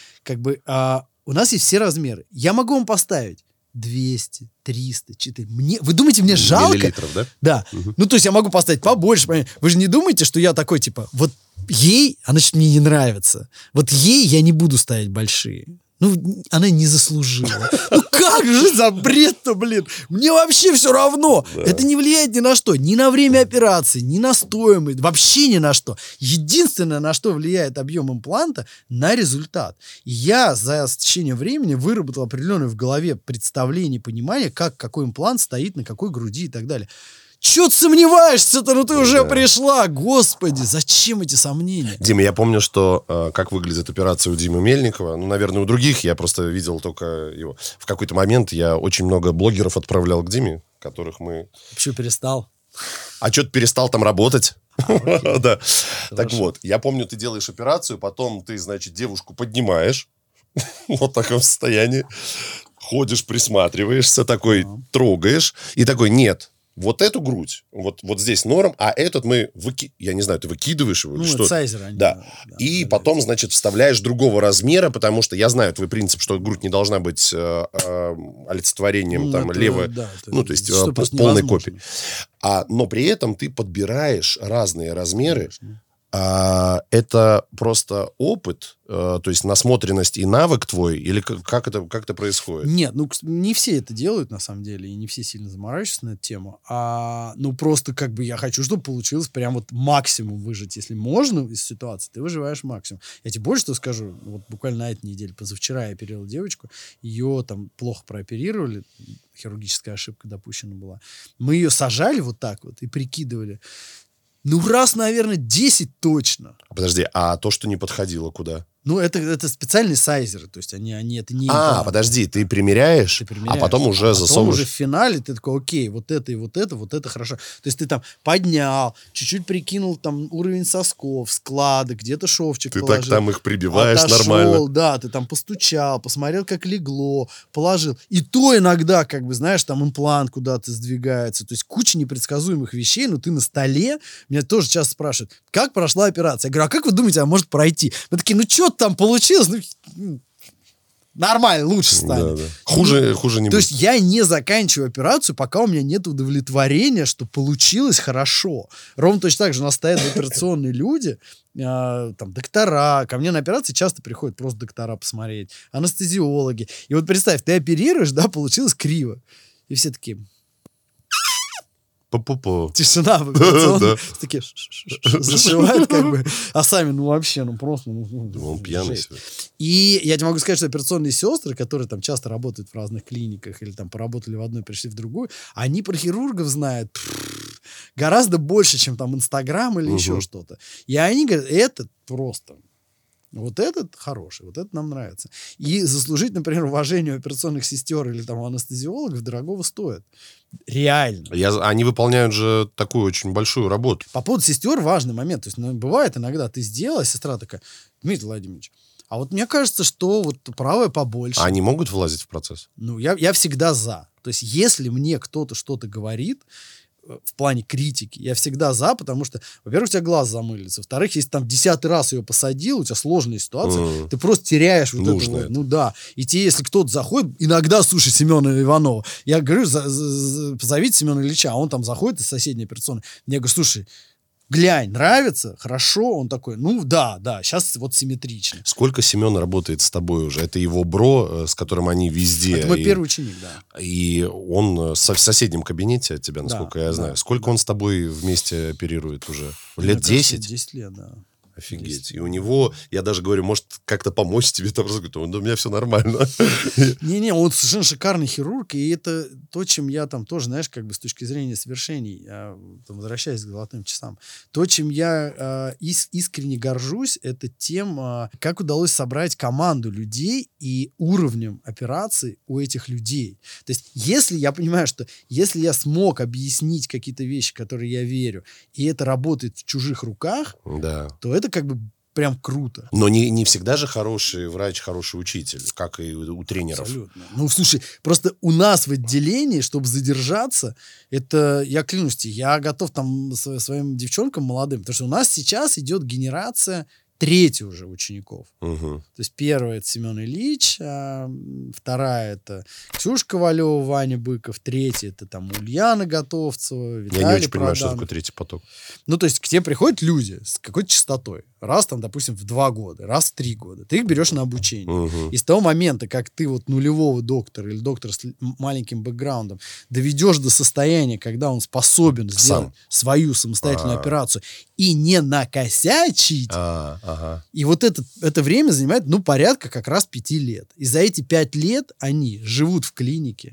У нас есть все размеры. Я могу вам поставить 200, 300, 400. Вы думаете, мне жалко? Миллилитров, да? Да. Угу. То есть я могу поставить побольше. Вы же не думаете, что я такой, типа, вот ей, она что-то мне не нравится. Вот ей я не буду ставить большие. Она не заслужила. Как же за бред-то, блин? Мне вообще все равно. Да. Это не влияет ни на что. Ни на время операции, ни на стоимость. Вообще ни на что. Единственное, на что влияет объем импланта, на результат. И я за течение времени выработал определенное в голове представление, понимание, какой имплант стоит на какой груди и так далее. Чё ты сомневаешься-то? Ты уже пришла. Господи, зачем эти сомнения? Дима, я помню, что как выглядит операция у Димы Мельникова. Наверное, у других. Я просто видел только его. В какой-то момент я очень много блогеров отправлял к Диме, которых мы... Почему перестал? А что ты перестал там работать? Да. Так вот, я помню, ты делаешь операцию, потом ты, значит, девушку поднимаешь вот в таком состоянии. ходишь, присматриваешься, такой трогаешь, и такой, нет, вот эту грудь, вот здесь норм, а этот мы, я не знаю, ты выкидываешь его или что? Сайзеры они. Да. И потом, значит, вставляешь другого размера, потому что я знаю твой принцип, что грудь не должна быть олицетворением там левой, то есть полной копии. Но при этом ты подбираешь разные размеры. Это просто опыт, то есть насмотренность и навык твой, или как это происходит? Нет, не все это делают, на самом деле, и не все сильно заморачиваются на эту тему. Просто как бы я хочу, чтобы получилось прям вот максимум выжить. Если можно из ситуации, ты выживаешь максимум. Я тебе больше что скажу. Вот буквально на этой неделе, позавчера я оперировал девочку, ее там плохо прооперировали, хирургическая ошибка допущена была. Мы ее сажали вот так вот и прикидывали. Раз, наверное, 10 точно. Подожди, а то, что не подходило, куда? Это специальные сайзеры, то есть они это не... подожди, ты примеряешь, а потом уже засовываешь... уже в финале ты такой, окей, вот это хорошо. То есть ты там поднял, чуть-чуть прикинул там уровень сосков, склады, где-то шовчик ты положил. Ты так там их прибиваешь отошел, нормально. Да, ты там постучал, посмотрел, как легло, положил. И то иногда, как бы, знаешь, там имплант куда-то сдвигается. То есть куча непредсказуемых вещей, но ты на столе. Меня тоже часто спрашивают, как прошла операция? Я говорю, а как вы думаете, она может пройти? Мы такие, что там получилось? Нормально, лучше станет. Да. Хуже не будет. То есть я не заканчиваю операцию, пока у меня нет удовлетворения, что получилось хорошо. Ровно точно так же у нас стоят операционные люди, там, доктора. Ко мне на операции часто приходят просто доктора посмотреть, анестезиологи. И вот представь, ты оперируешь, да, получилось криво. И все такие... Тишина в операционной. Такие зашивают, как бы. А сами, вообще, просто... Он пьяный. И я тебе могу сказать, что операционные сестры, которые там часто работают в разных клиниках или там поработали в одной, пришли в другую, они про хирургов знают гораздо больше, чем там Инстаграм или еще что-то. И они говорят, это просто... Вот этот хороший, вот это нам нравится. И заслужить, например, уважение у операционных сестер или там у анестезиологов дорогого стоит. Реально. Они выполняют же такую очень большую работу. По поводу сестер важный момент. То есть, бывает иногда, ты сделала, сестра такая, Дмитрий Владимирович, а вот мне кажется, что вот правая побольше. А они могут влазить в процесс? Я всегда за. То есть, если мне кто-то что-то говорит, в плане критики, я всегда за, потому что, во-первых, у тебя глаз замылится, во-вторых, если там 10-й раз ее посадил, у тебя сложная ситуация, ты просто теряешь вот это вот. И тебе, если кто-то заходит, иногда, слушай, Семена Иванова, я говорю, позовите Семена Ильича, а он там заходит из соседней операционной, я говорю, слушай, глянь, нравится? Хорошо? Он такой, да, сейчас вот симметрично. Сколько Семен работает с тобой уже? Это его бро, с которым они везде. Это мой первый ученик, да. И он в соседнем кабинете от тебя, насколько я знаю. Сколько он с тобой вместе оперирует уже? Лет 10? 10 лет, да. Офигеть. И у него, я даже говорю, может как-то помочь тебе, там, у меня все нормально. Не-не, он совершенно шикарный хирург, и это то, чем я там тоже, знаешь, как бы с точки зрения свершений, возвращаясь к золотым часам, то, чем я искренне горжусь, это тем, как удалось собрать команду людей и уровнем операций у этих людей. То есть, если я понимаю, что если я смог объяснить какие-то вещи, которые я верю, и это работает в чужих руках, то это как бы прям круто. Но не всегда же хороший врач, хороший учитель, как и у тренеров. Абсолютно. Слушай, просто у нас в отделении, чтобы задержаться, это, я клянусь тебе, я готов там своим девчонкам молодым, потому что у нас сейчас идет генерация 3 уже учеников. То есть первая — это Семен Ильич, вторая — это Ксюша Ковалева, Ваня Быков, третья — это там Ульяна Готовцева, Виталий Я не очень понимаю, Проданов. что такое третий поток. То есть к тебе приходят люди с какой-то частотой. Раз там, допустим, в 2 года, раз в 3 года. Ты их берешь на обучение. И с того момента, как ты вот нулевого доктора или доктора с маленьким бэкграундом доведешь до состояния, когда он способен сделать свою самостоятельную операцию и не накосячить, и вот это время занимает, порядка как раз 5 лет. И за эти 5 лет они живут в клинике.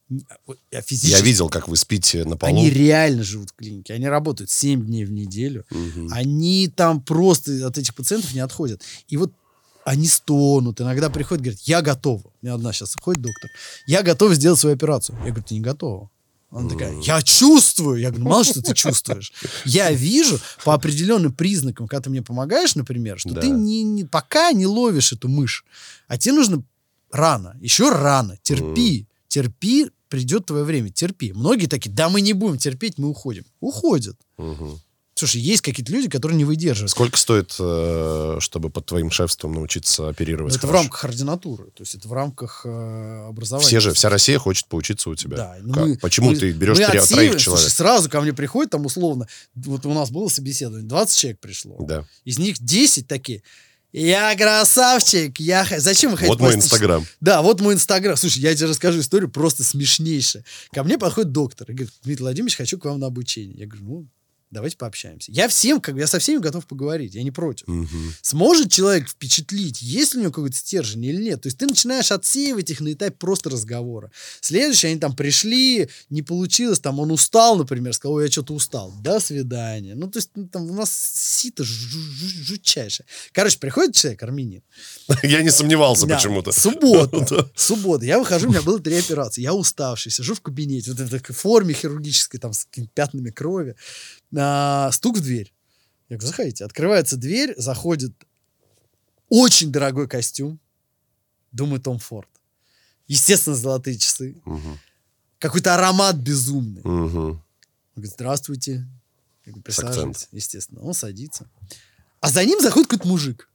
Я видел, как вы спите на полу. Они реально живут в клинике. Они работают 7 дней в неделю. Они там просто от этих пациентов не отходят. И вот они стонут. Иногда приходят, говорят, я готова. У меня одна сейчас ходит доктор. Я готова сделать свою операцию. Я говорю, ты не готова. Она такая, я чувствую. Я говорю, мало что ты чувствуешь. Я вижу по определенным признакам, когда ты мне помогаешь, например, что ты пока не ловишь эту мышь. А тебе нужно рано, еще рано, терпи, придет твое время, терпи. Многие такие, да мы не будем терпеть, мы уходим. Уходят. Слушай, есть какие-то люди, которые не выдерживают. Сколько стоит, чтобы под твоим шефством научиться оперировать? Это в рамках ординатуры, то есть это в рамках образования. Вся Россия хочет поучиться у тебя. Да. Почему ты берешь троих человек? Слушай, сразу ко мне приходит, там условно, вот у нас было собеседование, 20 человек пришло. Да. Из них 10 такие, я красавчик, зачем вы хотите? Вот мой Инстаграм. Да, вот мой Инстаграм. Слушай, я тебе расскажу историю просто смешнейшая. Ко мне подходит доктор и говорит, Дмитрий Владимирович, хочу к вам на обучение. Я говорю, давайте пообщаемся. Я со всеми готов поговорить, я не против. Сможет человек впечатлить, есть ли у него какой-то стержень или нет? То есть ты начинаешь отсеивать их на этапе просто разговора. Следующее, они там пришли, не получилось, там он устал, например, сказал, ой, я что-то устал. До свидания. То есть там у нас сито жутчайшее. Короче, приходит человек, армянин. Я не сомневался почему-то. Суббота. Я выхожу, у меня было 3 операции. Я уставший, сижу в кабинете, вот в этой форме хирургической, там, с какими-то пятнами крови. Стук в дверь. Я говорю, заходите. Открывается дверь, заходит очень дорогой костюм. Думаю, Том Форд. Естественно, золотые часы. Какой-то аромат безумный. Он говорит, здравствуйте. Я говорю, присаживайтесь. Естественно. Он садится. А за ним заходит какой-то мужик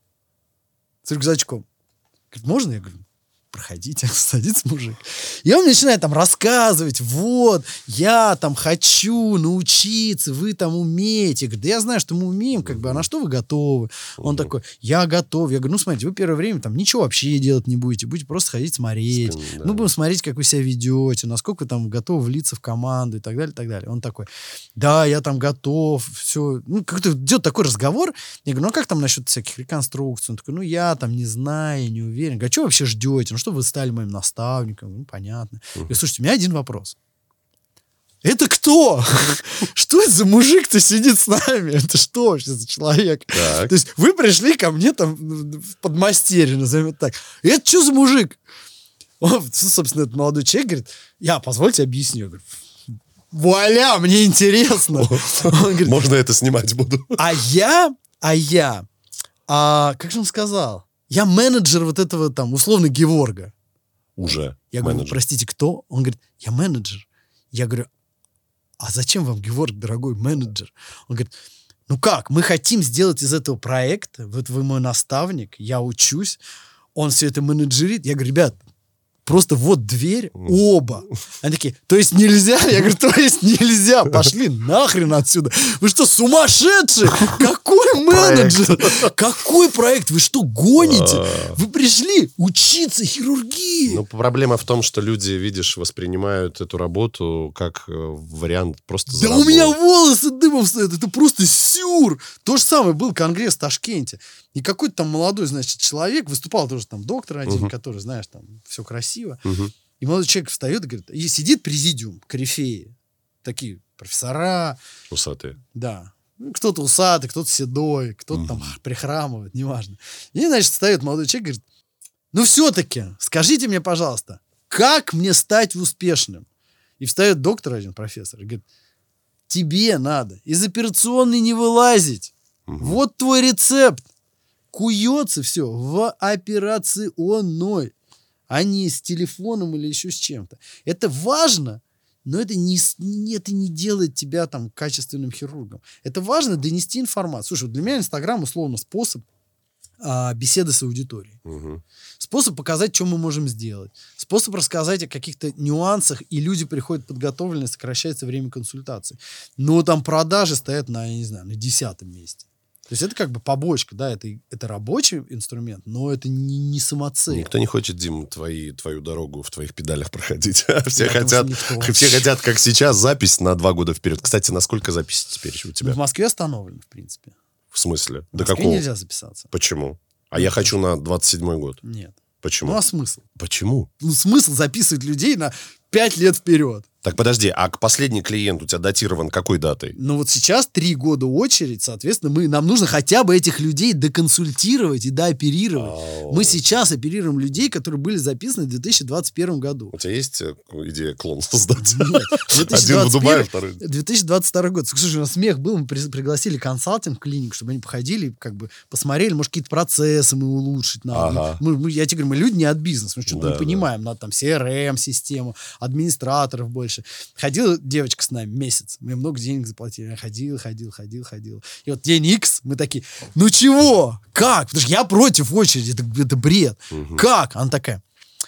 с рюкзачком. Говорит, можно? Я говорю, проходите, садится мужик. И он начинает там рассказывать, вот, я там хочу научиться, вы там умеете. Я говорю, да я знаю, что мы умеем, как бы, а на что вы готовы? Он такой, я готов. Я говорю, смотрите, вы первое время там ничего вообще делать не будете просто ходить смотреть. Мы будем смотреть, как вы себя ведете, насколько вы там готовы влиться в команду и так далее, и так далее. Он такой, да, я там готов, все. Как-то идет такой разговор. Я говорю, а как там насчет всяких реконструкций? Он такой, я там не знаю, не уверен. Я говорю, а что вы вообще ждете? Что вы стали моим наставником? понятно. Я говорю, слушайте, у меня один вопрос. Это кто? Что это за мужик-то сидит с нами? Это что вообще за человек? То есть вы пришли ко мне там в подмастерье, назовем это так. Это что за мужик? Собственно, этот молодой человек говорит, позвольте объясню. Я говорю, вуаля, мне интересно. Можно это снимать буду. А я, как же он сказал? Я менеджер вот этого там, условно, Геворга. Уже Я говорю, простите, кто? Он говорит, я менеджер. Я говорю, а зачем вам, Геворг, дорогой менеджер? Он говорит, как, мы хотим сделать из этого проекта, вот вы мой наставник, я учусь, он все это менеджерит. Я говорю, ребят, просто вот дверь, оба. Они такие, то есть нельзя? Я говорю, то есть нельзя. Пошли нахрен отсюда. Вы что, сумасшедшие? Какой менеджер? Какой проект? Вы что, гоните? Вы пришли учиться хирургии. Проблема в том, что люди, видишь, воспринимают эту работу как вариант просто Да у меня волосы дымом стоят. Это просто сюр. То же самое был конгресс в Ташкенте. И какой-то там молодой, значит, человек выступал тоже там доктор один, который, знаешь, там все красиво. И молодой человек встает и говорит, и сидит президиум, корифеи, такие профессора. Усатые. Да. Кто-то усатый, кто-то седой, кто-то там прихрамывает, неважно. И, значит, встает молодой человек и говорит, все-таки, скажите мне, пожалуйста, как мне стать успешным? И встает доктор один, профессор, и говорит, тебе надо из операционной не вылазить. Вот твой рецепт. Куется все в операционной, а не с телефоном или еще с чем-то. Это важно, но это не делает тебя там качественным хирургом. Это важно донести информацию. Слушай, для меня Инстаграм условно способ беседы с аудиторией. Способ показать, что мы можем сделать. Способ рассказать о каких-то нюансах, и люди приходят подготовленные, сокращается время консультации. Но там продажи стоят на 10-м месте. То есть это как бы побочка, да, это рабочий инструмент, но это не самоцель. Никто не хочет, Дим, твою дорогу в твоих педалях проходить. Все хотят, как сейчас, запись на 2 года вперед. Кстати, насколько запись теперь у тебя? В Москве остановлено, в принципе. В смысле? В Москве нельзя записаться. Почему? А я хочу на 27-й год. Нет. Почему? А смысл? Почему? Смысл записывать людей на 5 лет вперед. Так, подожди, а последний клиент у тебя датирован какой датой? Ну вот сейчас 3 года очередь, соответственно, нам нужно хотя бы этих людей доконсультировать и дооперировать. Мы сейчас оперируем людей, которые были записаны в 2021 году. У тебя есть идея клон создать? Нет, Один в Дубае, второй. 2022 год. Слушай, у нас смех был, мы пригласили консалтинг в клинику, чтобы они походили, как бы посмотрели, может, какие-то процессы мы улучшить надо. Я тебе говорю, мы люди не от бизнеса, мы что-то не понимаем. Надо там CRM-систему, администраторов больше. Ходила девочка с нами месяц, мы много денег заплатили. Я ходил. И вот день X мы такие, ну чего? Как? Потому что я против очереди, это бред. Как? Она такая,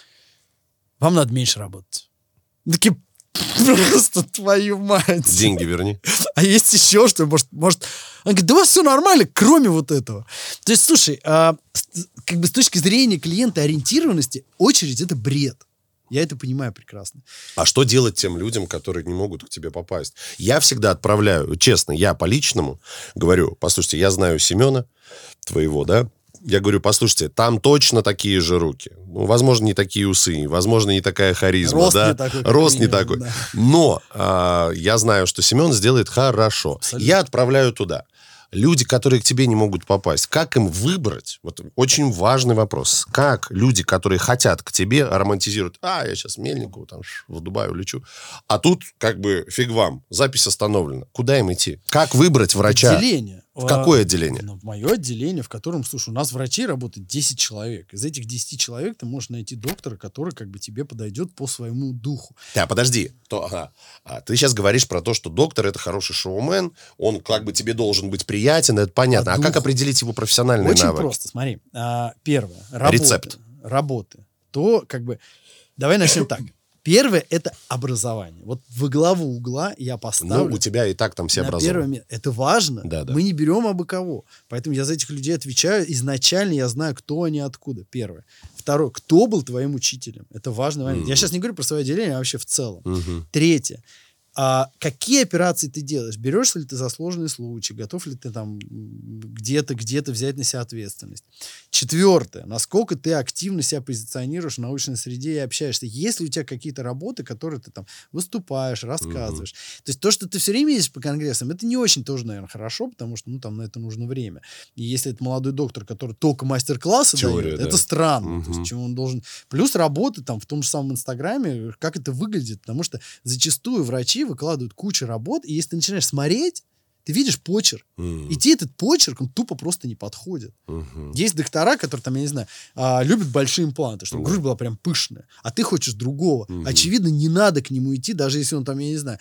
вам надо меньше работать. Мы такие, просто твою мать. Деньги верни. А есть еще что? Может... Она говорит, да у вас все нормально, кроме вот этого. То есть, слушай, как бы с точки зрения клиентоориентированности, очередь — это бред. Я это понимаю прекрасно. А что делать тем людям, которые не могут к тебе попасть? Я всегда отправляю, честно, я по личному говорю, послушайте, я знаю Семена твоего, да? Я говорю, послушайте, там точно такие же руки. Ну, возможно, не такие усы, возможно, не такая харизма. Рост да? не такой. Рост не такой. Да. Но я знаю, что Семен сделает хорошо. Абсолютно. Я отправляю туда. Люди, которые к тебе не могут попасть, как им выбрать? Вот очень важный вопрос. Как люди, которые хотят к тебе, романтизируют, я сейчас Мельникову там в Дубай улечу, а тут как бы фиг вам, запись остановлена. Куда им идти? Как выбрать врача? Отделение. В какое отделение? В мое отделение, в котором, слушай, у нас врачей работает 10 человек. Из этих 10 человек ты можешь найти доктора, который как бы тебе подойдет по своему духу. Да, подожди. Ты сейчас говоришь про то, что доктор — это хороший шоумен, он как бы тебе должен быть приятен, это понятно. А как определить его профессиональные навыки? Очень просто, смотри. Первое. Рецепт. Работы. То как бы... Давай начнем так. Первое — это образование. Вот во главу угла я поставлю... Ну, у тебя и так там все образованы. Это важно. Да. Мы не берем абы кого. Поэтому я за этих людей отвечаю. Изначально я знаю, кто они, откуда. Первое. Второе. Кто был твоим учителем? Это важный момент. Я сейчас не говорю про свое отделение, а вообще в целом. Третье. Какие операции ты делаешь? Берешься ли ты за сложные случаи? Готов ли ты там где-то взять на себя ответственность? Четвертое. Насколько ты активно себя позиционируешь в научной среде и общаешься? Есть ли у тебя какие-то работы, которые ты там выступаешь, рассказываешь? То есть то, что ты все время ездишь по конгрессам, это не очень тоже, наверное, хорошо, потому что там на это нужно время. И если это молодой доктор, который только мастер-классы дает, это странно. То есть, чему он должен... Плюс работы там в том же самом Инстаграме, как это выглядит, потому что зачастую врачи выкладывают кучу работ, и если ты начинаешь смотреть, ты видишь почерк. И тебе этот почерк, он тупо просто не подходит. Есть доктора, которые там, я не знаю, любят большие импланты, чтобы грудь была прям пышная, а ты хочешь другого. Очевидно, не надо к нему идти, даже если он там, я не знаю,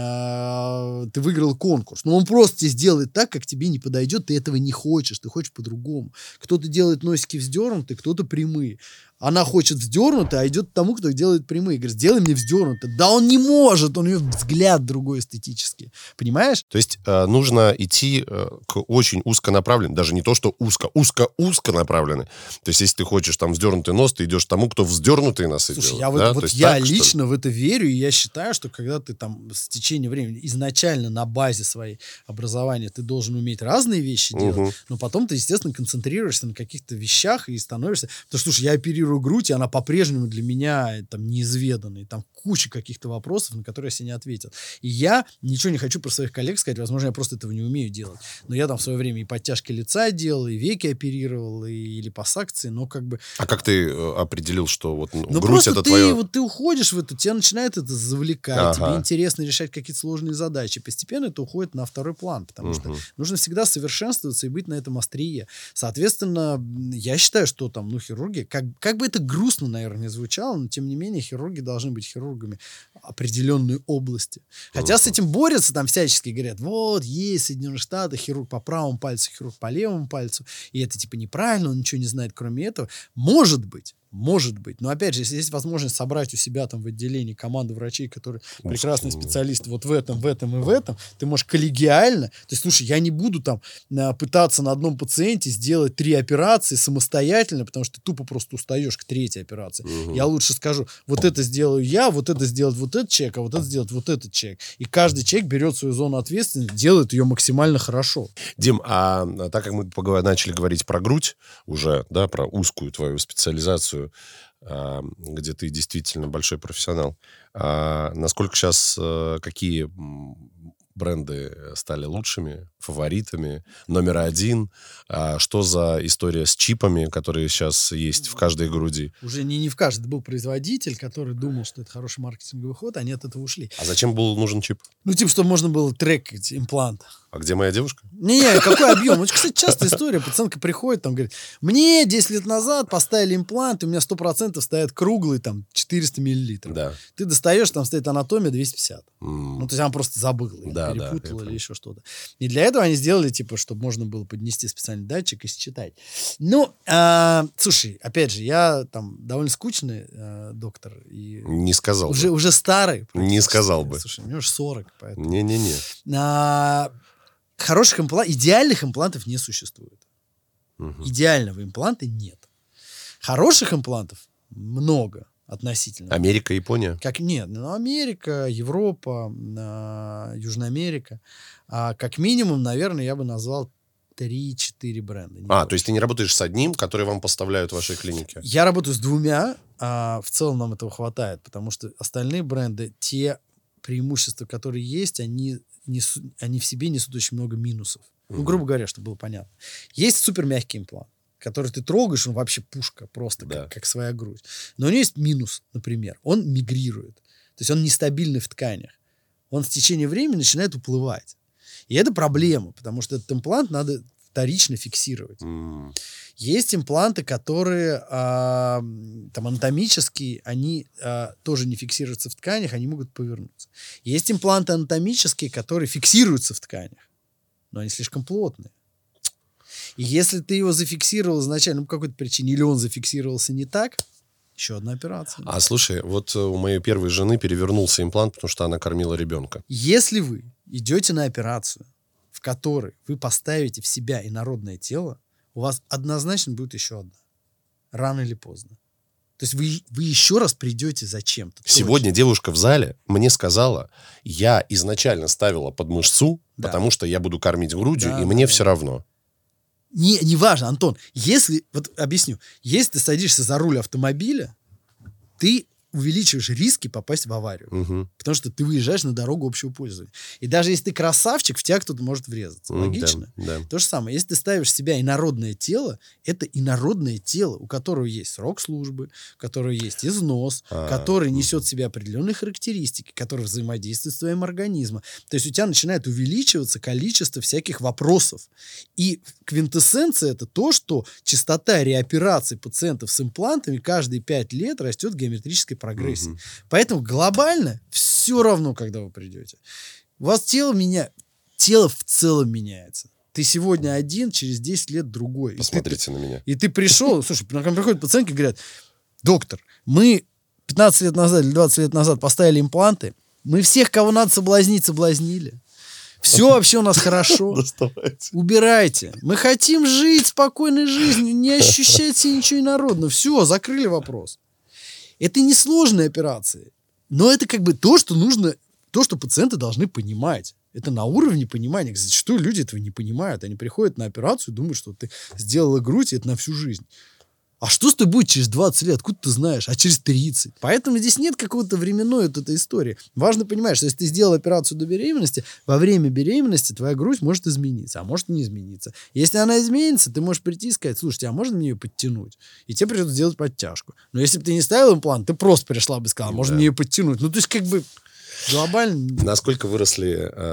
ты выиграл конкурс. Но он просто тебе сделает так, как тебе не подойдет, ты этого не хочешь, ты хочешь по-другому. Кто-то делает носики вздернутые, кто-то прямые. Она хочет вздернутый, а идет к тому, кто делает прямые. Говорит, сделай мне вздернутый. Да он не может, у него взгляд другой эстетический. Понимаешь? То есть нужно идти к очень узконаправленным, даже не то, что узко направленный. То есть если ты хочешь там вздернутый нос, ты идешь к тому, кто вздернутые носы делает. Слушай, я лично в это верю, и я считаю, что когда ты там с течением времени изначально на базе своей образования ты должен уметь разные вещи делать, но потом ты, естественно, концентрируешься на каких-то вещах и становишься... Потому что, слушай, я оперирую грудь, и она по-прежнему для меня там неизведанная. Там куча каких-то вопросов, на которые я себе не ответил. И я ничего не хочу про своих коллег сказать. Возможно, я просто этого не умею делать. Но я там в свое время и подтяжки лица делал, и веки оперировал, и липосакции, но как бы... А как ты определил, что вот грудь это твое... Вот ты уходишь в это, тебя начинает это завлекать, тебе интересно решать какие-то сложные задачи. Постепенно это уходит на второй план, потому что нужно всегда совершенствоваться и быть на этом острие. Соответственно, я считаю, что там, хирурги, как бы это грустно, наверное, не звучало, но тем не менее хирурги должны быть хирургами определенной области. Хотя с этим борются, там всячески говорят, вот, есть в Соединенных Штатах хирург по правому пальцу, хирург по левому пальцу, и это типа неправильно, он ничего не знает, кроме этого. Может быть. Но опять же, если есть возможность собрать у себя там в отделении команду врачей, которые прекрасные специалисты вот в этом и в этом, ты можешь коллегиально, то есть, слушай, я не буду там пытаться на одном пациенте сделать 3 операции самостоятельно, потому что ты тупо просто устаешь к 3-й операции. Я лучше скажу, вот это сделаю я, вот это сделает вот этот человек, а вот это сделает вот этот человек. И каждый человек берет свою зону ответственности, делает ее максимально хорошо. Дим, а так как мы начали говорить про грудь уже, да, про узкую твою специализацию, где ты действительно большой профессионал. Насколько сейчас, какие бренды стали лучшими, фаворитами, номер один? Что за история с чипами, которые сейчас есть в каждой груди? Уже не в каждый был производитель, который думал, что это хороший маркетинговый ход, они от этого ушли. А зачем был нужен чип? Ну, типа, чтобы можно было трекать имплант. А где моя девушка? Не, какой объем? Это, кстати, частая история. Пациентка приходит, там, говорит, мне 10 лет назад поставили имплант, и у меня 100% стоят круглые, там, 400 миллилитров. Да. Ты достаешь, там стоит анатомия 250. Ну, то есть она просто забыла, перепутала или еще что-то. И для этого они сделали, типа, чтобы можно было поднести специальный датчик и считать. Ну, слушай, опять же, я там довольно скучный доктор. И не сказал бы. Уже старый. Не сказал бы. Слушай, мне уже 40, поэтому... Не-не-не. Хороших имплантов, идеальных имплантов не существует. Идеального импланта нет. Хороших имплантов много относительно. Америка, Япония? Нет, Америка, Европа, Южная Америка. Как минимум, наверное, я бы назвал 3-4 бренда. То есть ты не работаешь с одним, который вам поставляют в вашей клинике? Я работаю с 2, в целом нам этого хватает, потому что остальные бренды, те преимущества, которые есть, они в себе несут очень много минусов. Ну, грубо говоря, чтобы было понятно. Есть супер мягкий имплант, который ты трогаешь, он вообще пушка, просто как своя грудь. Но у него есть минус, например. Он мигрирует. То есть он нестабильный в тканях. Он в течение времени начинает уплывать. И это проблема, потому что этот имплант надо вторично фиксировать. Есть импланты, которые там анатомические, они тоже не фиксируются в тканях, они могут повернуться. Есть импланты анатомические, которые фиксируются в тканях, но они слишком плотные. И если ты его зафиксировал изначально по какой-то причине, или он зафиксировался не так, еще одна операция. Слушай, вот у моей первой жены перевернулся имплант, потому что она кормила ребенка. Если вы идете на операцию, в которой вы поставите в себя инородное тело, у вас однозначно будет еще одна. Рано или поздно. То есть вы еще раз придете зачем-то. Сегодня девушка в зале мне сказала, я изначально ставила под мышцу, потому что я буду кормить грудью, и мне все равно. Не важно, Антон. Объясню. Если ты садишься за руль автомобиля, ты увеличиваешь риски попасть в аварию. Потому что ты выезжаешь на дорогу общего пользования. И даже если ты красавчик, в тебя кто-то может врезаться. Логично? Да. То же самое. Если ты ставишь в себя инородное тело, это инородное тело, у которого есть срок службы, у которого есть износ, который несет в себе определенные характеристики, которые взаимодействуют с твоим организмом. То есть у тебя начинает увеличиваться количество всяких вопросов. И квинтэссенция это то, что частота реопераций пациентов с имплантами каждые 5 лет растет в геометрической прогрессии. Поэтому глобально все равно, когда вы придете. У вас тело в целом меняется. Ты сегодня один, через 10 лет другой. Посмотрите на меня. И ты пришел, слушай, ко мне приходят пациентки и говорят, доктор, мы 15 лет назад или 20 лет назад поставили импланты, мы всех, кого надо соблазнить, соблазнили. Все вообще у нас хорошо. Доставайте. Убирайте. Мы хотим жить спокойной жизнью, не ощущать себе ничего инородного. Все, закрыли вопрос. Это несложные операции, но это как бы то, что нужно, то, что пациенты должны понимать. Это на уровне понимания. Зачастую люди этого не понимают. Они приходят на операцию и думают, что ты сделала грудь, и это на всю жизнь. А что с тобой будет через 20 лет? Откуда ты знаешь? А через 30? Поэтому здесь нет какого-то временной вот этой истории. Важно понимать, что если ты сделал операцию до беременности, во время беременности твоя грудь может измениться, а может не измениться. Если она изменится, ты можешь прийти и сказать, слушайте, а можно мне ее подтянуть? И тебе придется сделать подтяжку. Но если бы ты не ставил имплант, ты просто пришла бы и сказала, можно мне ее подтянуть? Ну, то есть, как бы глобально... Насколько выросли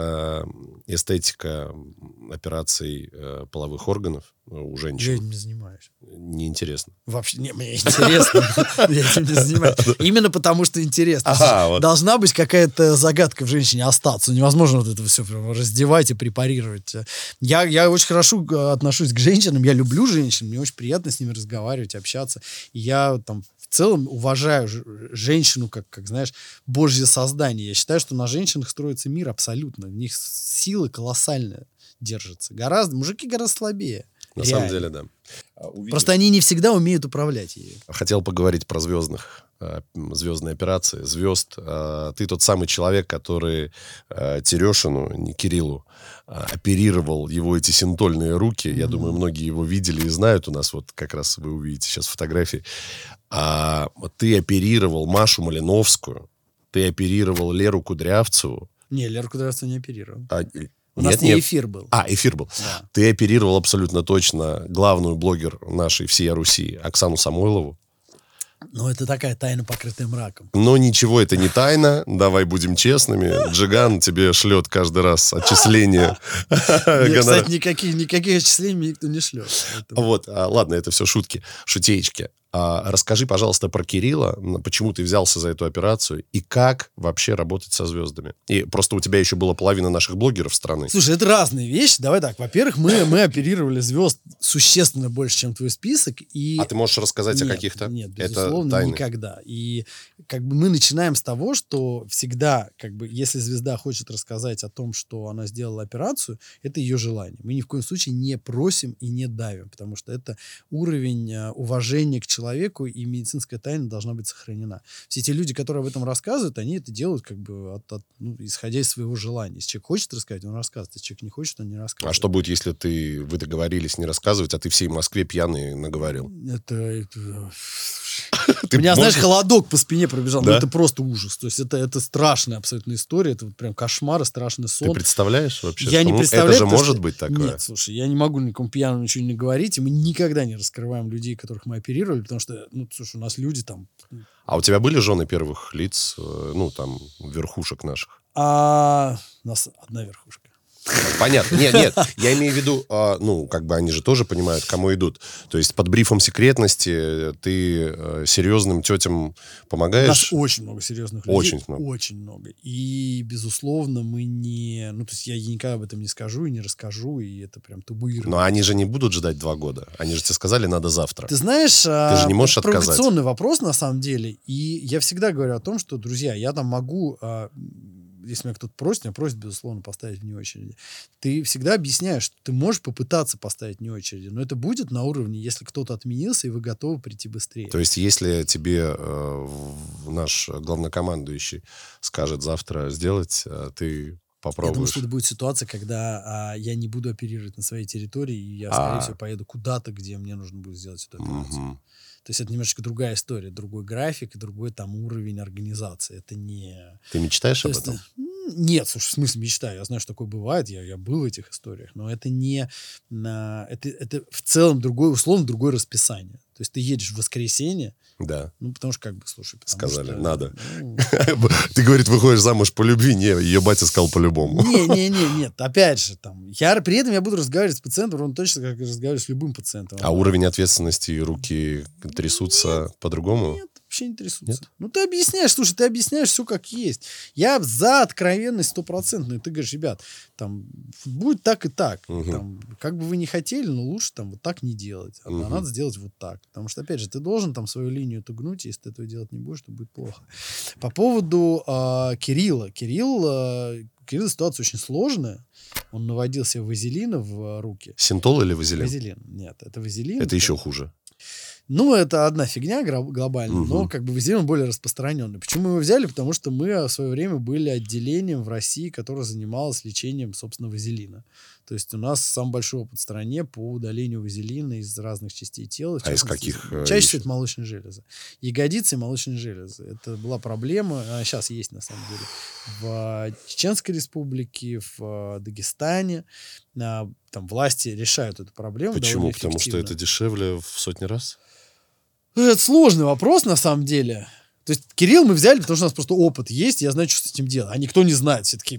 эстетика операций половых органов у женщин? Я этим не занимаюсь. Неинтересно. Вообще, мне интересно. Я этим не занимаюсь. Именно потому, что интересно. Должна быть какая-то загадка в женщине остаться. Невозможно вот это все раздевать и препарировать. Я очень хорошо отношусь к женщинам. Я люблю женщин. Мне очень приятно с ними разговаривать, общаться. И я там в целом уважаю женщину как, знаешь, божье создание. Я считаю, что на женщинах строится мир абсолютно. В них силы колоссальные держатся. Мужики гораздо слабее. На самом деле, да. Просто они не всегда умеют управлять ею. Хотел поговорить про звездных звездной операции, звезд. Ты тот самый человек, который Терешину, не Кириллу, оперировал его эти синтольные руки. Я думаю, многие его видели и знают. У нас вот как раз вы увидите сейчас фотографии. Ты оперировал Машу Малиновскую, ты оперировал Леру Кудрявцеву. Не, Леру Кудрявцеву не оперировал. У Нет, нас не эфир был. Эфир был. Да. Ты оперировал абсолютно точно главную блогер нашей всей Руси, Оксану Самойлову. Но это такая тайна, покрытая мраком. Но ничего, это не тайна. Давай будем честными. Джиган тебе шлет каждый раз отчисления. Мне, кстати, никаких отчислений мне никто не шлет. Вот, ладно, это все шутки, шутеечки. Расскажи, пожалуйста, про Кирилла, почему ты взялся за эту операцию и как вообще работать со звездами. И просто у тебя еще была половина наших блогеров страны. Слушай, это разные вещи. Давай так. Во-первых, мы оперировали звезд существенно больше, чем твой список. И... А ты можешь рассказать о каких-то? Нет, безусловно, никогда. И как бы мы начинаем с того, что всегда, как бы, если звезда хочет рассказать о том, что она сделала операцию, это ее желание. Мы ни в коем случае не просим и не давим, потому что это уровень уважения к человеку, и медицинская тайна должна быть сохранена. Все те люди, которые об этом рассказывают, они это делают как бы исходя из своего желания. Если человек хочет рассказать, он рассказывает. Если человек не хочет, он не рассказывает. А что будет, если вы договорились не рассказывать, а ты всей Москве пьяный наговорил? У меня, знаешь, холодок по спине пробежал. Да? Ну, это просто ужас. То есть это страшная абсолютно история. Это вот прям кошмар и страшный сон. Ты представляешь вообще? Я не представляю. Это же может быть такое? Нет, слушай, я не могу никому пьяному ничего не говорить. И мы никогда не раскрываем людей, которых мы оперировали, потому что, слушай, у нас люди там... А у тебя были жены первых лиц, верхушек наших? У нас одна верхушка. Понятно. Нет, я имею в виду, они же тоже понимают, к кому идут. То есть под брифом секретности ты серьезным тетям помогаешь? У нас очень много серьезных людей. Очень много. Очень много. И, безусловно, мы не... то есть я никогда об этом не скажу и не расскажу, и это прям табуировано. Но они же не будут ждать 2 года. Они же тебе сказали, надо завтра. Ты знаешь, ты же не можешь отказать. Провокационный вопрос, на самом деле. И я всегда говорю о том, что, друзья, я там могу... Если меня кто-то меня просит, безусловно, поставить вне очереди. Ты всегда объясняешь, что ты можешь попытаться поставить вне очереди, но это будет на уровне, если кто-то отменился, и вы готовы прийти быстрее. То есть, если тебе наш главнокомандующий скажет завтра сделать, ты попробуешь? Я думаю, что это будет ситуация, когда я не буду оперировать на своей территории, и я, скорее всего, поеду куда-то, где мне нужно будет сделать эту операцию. То есть это немножечко другая история, другой график и другой там уровень организации. Это не... Ты мечтаешь об этом? Нет, слушай, в смысле мечтаю. Я знаю, что такое бывает, я был в этих историях, но это не... Это в целом условно другое расписание. То есть ты едешь в воскресенье, да. Потому что, слушай... Сказали, что, надо. Ты, говорит, выходишь замуж по любви. Не, ее батя сказал по-любому. Нет. Опять же, при этом я буду разговаривать с пациентом, он точно как разговаривать с любым пациентом. А уровень ответственности и руки трясутся по-другому? Нет, вообще не трясутся. Нет? Ты объясняешь все как есть. Я за откровенность 100%. Ты говоришь, ребят, будет так и так. Как бы вы не хотели, но лучше вот так не делать. А надо сделать вот так. Потому что, опять же, ты должен свою линию гнуть, если ты этого делать не будешь, то будет плохо. По поводу Кирилла. Кирилл ситуация очень сложная. Он наводил себе вазелина в руки. Синтол или вазелин? Вазелин. Нет, это вазелин. Это еще хуже. Это одна фигня глобальная, но вазелин более распространенный. Почему мы его взяли? Потому что мы в свое время были отделением в России, которое занималось лечением, собственно, вазелина. То есть у нас самый большой опыт в стране по удалению вазелина из разных частей тела. А из каких? Чаще всего это молочные железы. Ягодицы и молочные железы. Это была проблема, сейчас есть на самом деле, в Чеченской республике, в Дагестане. Власти решают эту проблему. Почему? Потому что это дешевле в сотни раз? Это сложный вопрос, на самом деле. То есть Кирилл мы взяли, потому что у нас просто опыт есть, я знаю, что с этим делать. А никто не знает. Все такие...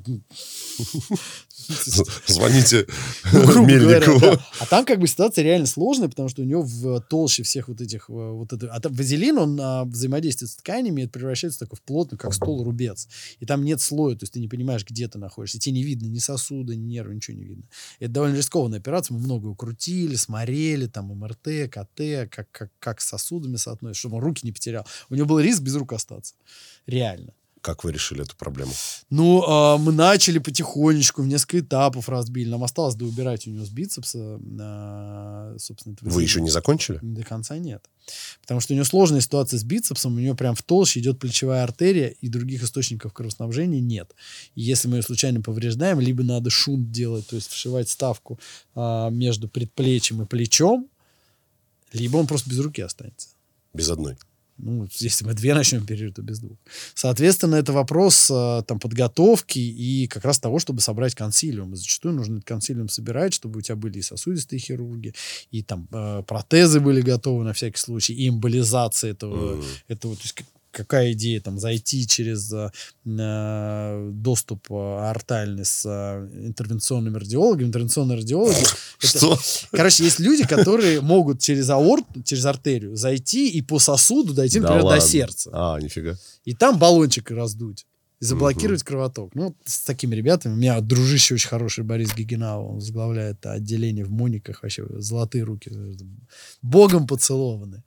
Звоните Мельникову. Да. А там ситуация реально сложная, потому что у него в толще всех этих... вазелин, он взаимодействует с тканями, и это превращается в плотный, как стол-рубец. И там нет слоя, то есть ты не понимаешь, где ты находишься. И тебе не видно ни сосуда, ни нервы, ничего не видно. Это довольно рискованная операция. Мы много укрутили, смотрели, МРТ, КТ, как с сосудами соотносится, чтобы он руки не потерял. У него был риск без рук остаться. Реально. Как вы решили эту проблему? Ну, мы начали потихонечку, в несколько этапов разбили. Нам осталось доубирать у него с бицепса. Собственно, Вы еще не закончили? До конца нет. Потому что у него сложная ситуация с бицепсом, у него прям в толще идет плечевая артерия, и других источников кровоснабжения нет. И если мы ее случайно повреждаем, либо надо шунт делать, то есть вшивать ставку между предплечьем и плечом, либо он просто без руки останется. Без одной. Ну, если мы 2 начнем оперировать, то без 2. Соответственно, это вопрос там, подготовки и как раз того, чтобы собрать консилиум. И зачастую нужно этот консилиум собирать, чтобы у тебя были и сосудистые хирурги, и там протезы были готовы на всякий случай, и эмболизация этого. То есть какая идея там зайти через доступ артальный с интервенционными радиологами. Интервенционные радиологи... Что? Короче, есть люди, которые могут через аорту, через артерию зайти и по сосуду дойти, например, до сердца. Нифига. И там баллончик раздуть. И заблокировать кровоток. Ну, с такими ребятами. У меня дружище очень хороший Борис Гигинау. Он возглавляет отделение в Мониках. Вообще золотые руки. Богом поцелованы.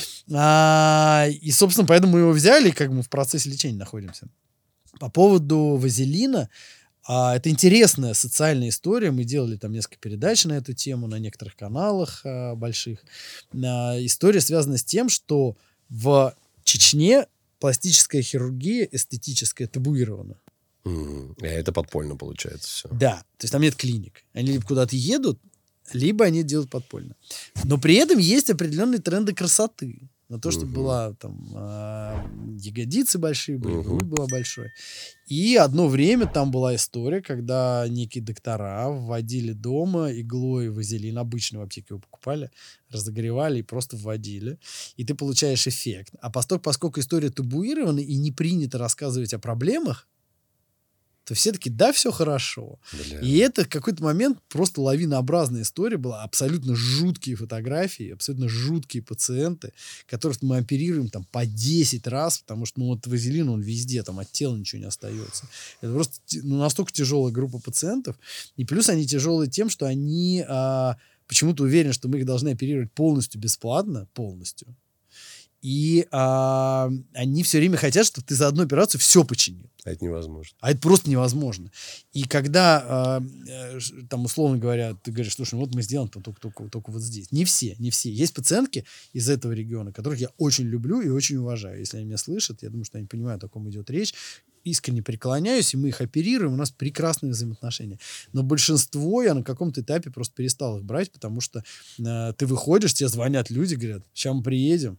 И, собственно, поэтому мы его взяли, и как бы мы в процессе лечения находимся. По поводу вазелина, это интересная социальная история. Мы делали там несколько передач на эту тему на некоторых каналах больших. История связана с тем, что в Чечне пластическая хирургия эстетическая табуирована. Это подпольно получается все. Да, то есть там нет клиник. Они либо куда-то едут, либо они делают подпольно. Но при этом есть определенные тренды красоты. На то, чтобы была там ягодицы большие были, грудь была большой. И одно время там была история, когда некие доктора вводили дома иглой вазелин, обычно в аптеке его покупали, разогревали и просто вводили. И ты получаешь эффект. А поскольку история табуирована и не принято рассказывать о проблемах, то все таки да, все хорошо. Бля. И это в какой-то момент просто лавинообразная история была. Абсолютно жуткие фотографии, абсолютно жуткие пациенты, которых мы оперируем там по 10 раз, потому что, ну, вот вазелин, он везде, там от тела ничего не остается. Это просто настолько тяжелая группа пациентов. И плюс они тяжелые тем, что они почему-то уверены, что мы их должны оперировать полностью бесплатно, полностью. И они все время хотят, чтобы ты за одну операцию все починил. А это невозможно. А это просто невозможно. И когда, там, условно говоря, ты говоришь, слушай, вот мы сделаем только вот здесь. Не все. Есть пациентки из этого региона, которых я очень люблю и очень уважаю. Если они меня слышат, я думаю, что они понимают, о ком идет речь. Искренне преклоняюсь, и мы их оперируем, у нас прекрасные взаимоотношения. Но большинство я на каком-то этапе просто перестал их брать, потому что ты выходишь, тебе звонят люди, говорят, сейчас мы приедем.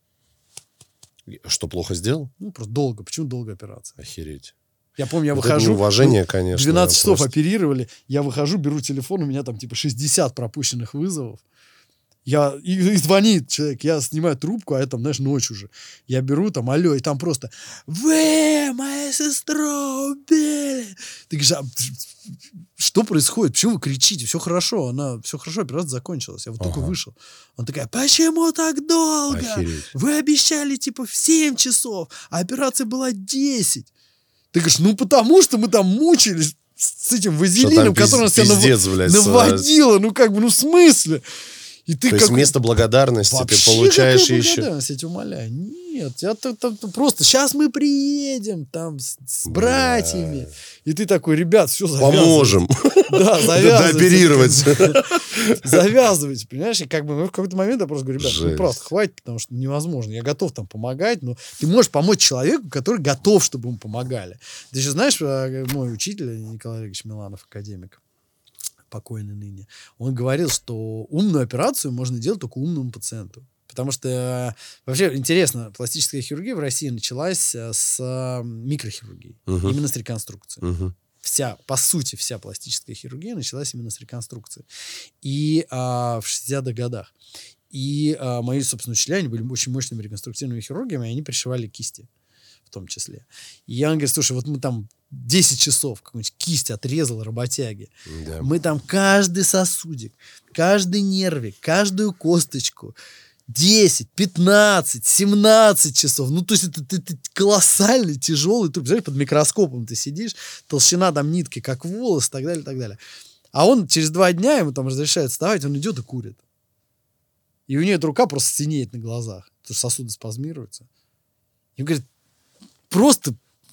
Что, плохо сделал? Ну, просто долго. Почему долгая операция? Охереть. Я помню, я вот выхожу... Это неуважение, конечно. 12 часов оперировали. Я выхожу, беру телефон, у меня там типа 60 пропущенных вызовов. И звонит человек, я снимаю трубку, а это, знаешь, ночь уже. Я беру там, алло, и там просто «Вы, моя сестра убили!» Ты говоришь, что происходит? Почему вы кричите? Все хорошо, операция закончилась. Я вот только вышел. Он такая, почему так долго? Охереть. Вы обещали типа в 7 часов, а операция была 10. Ты говоришь, ну потому что мы там мучились с этим вазелином, который нас себя наводило. Ну как бы, ну в смысле? И ты то есть вместо благодарности ты получаешь еще... благодарность, я тебя умоляю. Нет, просто сейчас мы приедем там с братьями. И ты такой, ребят, все, завязывайте. Поможем. Да, завязывайте. Дооперировать. Завязывайте, понимаешь? И как бы в какой-то момент я просто говорю, ребят, ну просто хватит, потому что невозможно. Я готов там помогать, но ты можешь помочь человеку, который готов, чтобы ему помогали. Ты еще знаешь, мой учитель Николай Олегович Миланов, академик, покойный ныне, он говорил, что умную операцию можно делать только умному пациенту. Потому что, вообще, интересно, пластическая хирургия в России началась с микрохирургии, именно с реконструкции. По сути, вся пластическая хирургия началась именно с реконструкции. И в 60-х годах. И мои, собственно, учителя, они были очень мощными реконструктивными хирургами, и они пришивали кисти в том числе. И я говорю, слушай, вот мы там 10 часов какую-нибудь кисть отрезал работяги. Да. Мы там каждый сосудик, каждый нервик, каждую косточку 10, 15, 17 часов. Ну, то есть это колоссальный, тяжелый труд. Представляешь, под микроскопом ты сидишь, толщина там нитки, как волос, и так далее, и так далее. А он через 2 дня, ему там разрешают вставать, он идет и курит. И у нее эта рука просто синеет на глазах, потому что сосуды спазмируются. И он говорит, просто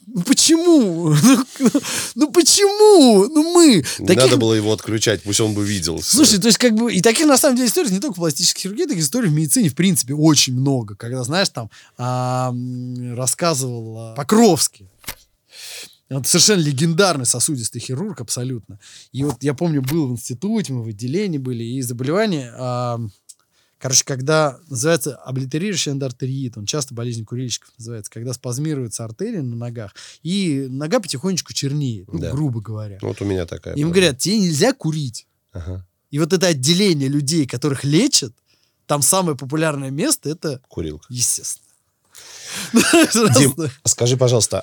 Ну почему? Ну почему? Ну мы... Не надо было его отключать, пусть он бы видел. Слушай, то есть как бы... И таких, на самом деле, историй не только в пластической хирургии, таких историй в медицине, в принципе, очень много. Когда, знаешь, там рассказывал Покровский. Он совершенно легендарный сосудистый хирург, абсолютно. И вот я помню, был в институте, мы в отделении были, и заболевание... Короче, когда называется облитерирующий эндоартериит, он часто болезнь курильщиков называется, когда спазмируются артерии на ногах, и нога потихонечку чернеет, грубо говоря. Вот у меня такая. Им говорят, тебе нельзя курить. Ага. И вот это отделение людей, которых лечат, там самое популярное место — это... Курилка. Естественно. Дим, скажи, пожалуйста,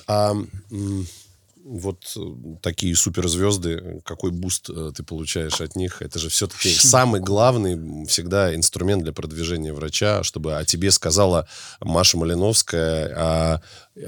вот такие суперзвезды, какой буст ты получаешь от них? Это же все-таки самый главный всегда инструмент для продвижения врача, чтобы о тебе сказала Маша Малиновская,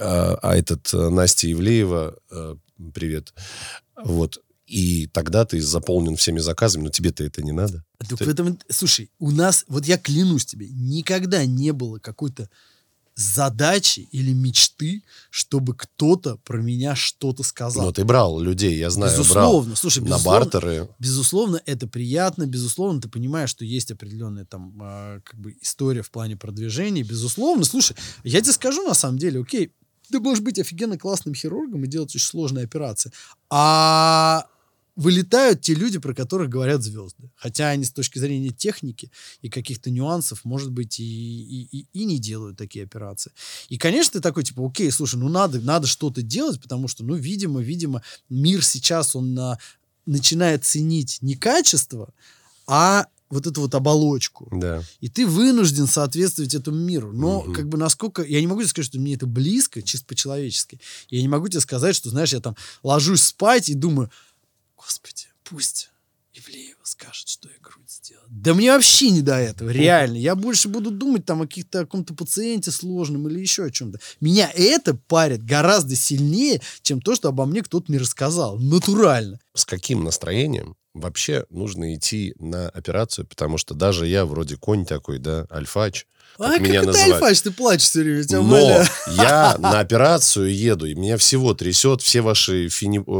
Настя Ивлеева, привет. Вот. И тогда ты заполнен всеми заказами, но тебе-то это не надо. Слушай, у нас, вот я клянусь тебе, никогда не было какой-то задачи или мечты, чтобы кто-то про меня что-то сказал. Но ты брал людей, я знаю, безусловно. брал. Слушай, на бартеры. Безусловно, это приятно, безусловно, ты понимаешь, что есть определенная там как бы история в плане продвижения, безусловно. Слушай, я тебе скажу на самом деле, окей, ты можешь быть офигенно классным хирургом и делать очень сложные операции, а вылетают те люди, про которых говорят звезды. Хотя они с точки зрения техники и каких-то нюансов, может быть, и не делают такие операции. И, конечно, ты такой, типа, окей, слушай, ну надо что-то делать, потому что, ну, видимо, мир сейчас, он начинает ценить не качество, а вот эту вот оболочку. Да. И ты вынужден соответствовать этому миру. Но, как бы, насколько... Я не могу тебе сказать, что мне это близко, чисто по-человечески. Я не могу тебе сказать, что, знаешь, я там ложусь спать и думаю, Господи, пусть Ивлеева скажет, что я грудь сделал. Да мне вообще не до этого, реально. Я больше буду думать там о каком-то пациенте сложном или еще о чем-то. Меня это парит гораздо сильнее, чем то, что обо мне кто-то мне рассказал. Натурально. С каким настроением вообще нужно идти на операцию? Потому что даже я вроде конь такой, да, альфач. Как меня это называют. Альфач? Ты плачешь все время. Но я на операцию еду, и меня всего трясет, все ваши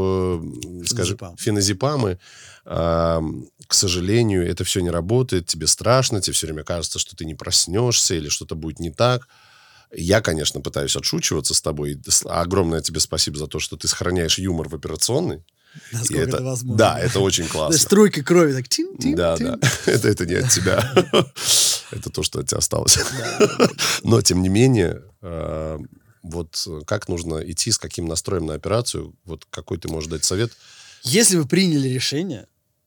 феназепамы, к сожалению, это все не работает, тебе страшно, тебе все время кажется, что ты не проснешься или что-то будет не так. Я, конечно, пытаюсь отшучиваться с тобой. Огромное тебе спасибо за то, что ты сохраняешь юмор в операционной. Насколько это возможно. Да, это очень классно. Струйка крови так да. Это не от тебя. Это то, что от тебя осталось. Но, тем не менее, вот как нужно идти, с каким настроем на операцию? Вот какой ты можешь дать совет? Если вы приняли решение,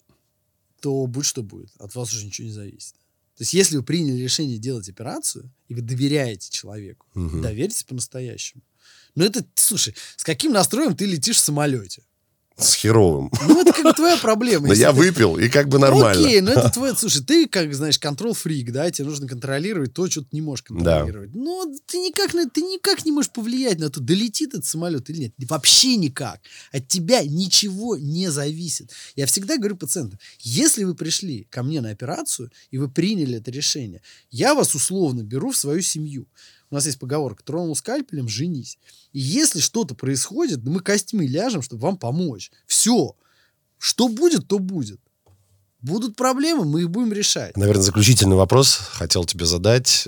то будь что будет. От вас уже ничего не зависит. То есть, если вы приняли решение делать операцию, и вы доверяете человеку, доверьтесь по-настоящему. Но это, слушай, с каким настроем ты летишь в самолете? С херовым. Ну, это как бы твоя проблема. Но я выпил, и как бы нормально. Окей, ну это твой... Слушай, ты, как, знаешь, контрол-фрик, да, тебе нужно контролировать то, что ты не можешь контролировать. Да. Но ты никак не можешь повлиять на то, долетит этот самолет или нет. Вообще никак. От тебя ничего не зависит. Я всегда говорю пациентам, если вы пришли ко мне на операцию, и вы приняли это решение, я вас условно беру в свою семью. У нас есть поговорка: тронул скальпелем, женись. И если что-то происходит, мы костьми ляжем, чтобы вам помочь. Все. Что будет, то будет. Будут проблемы, мы их будем решать. Наверное, заключительный вопрос хотел тебе задать.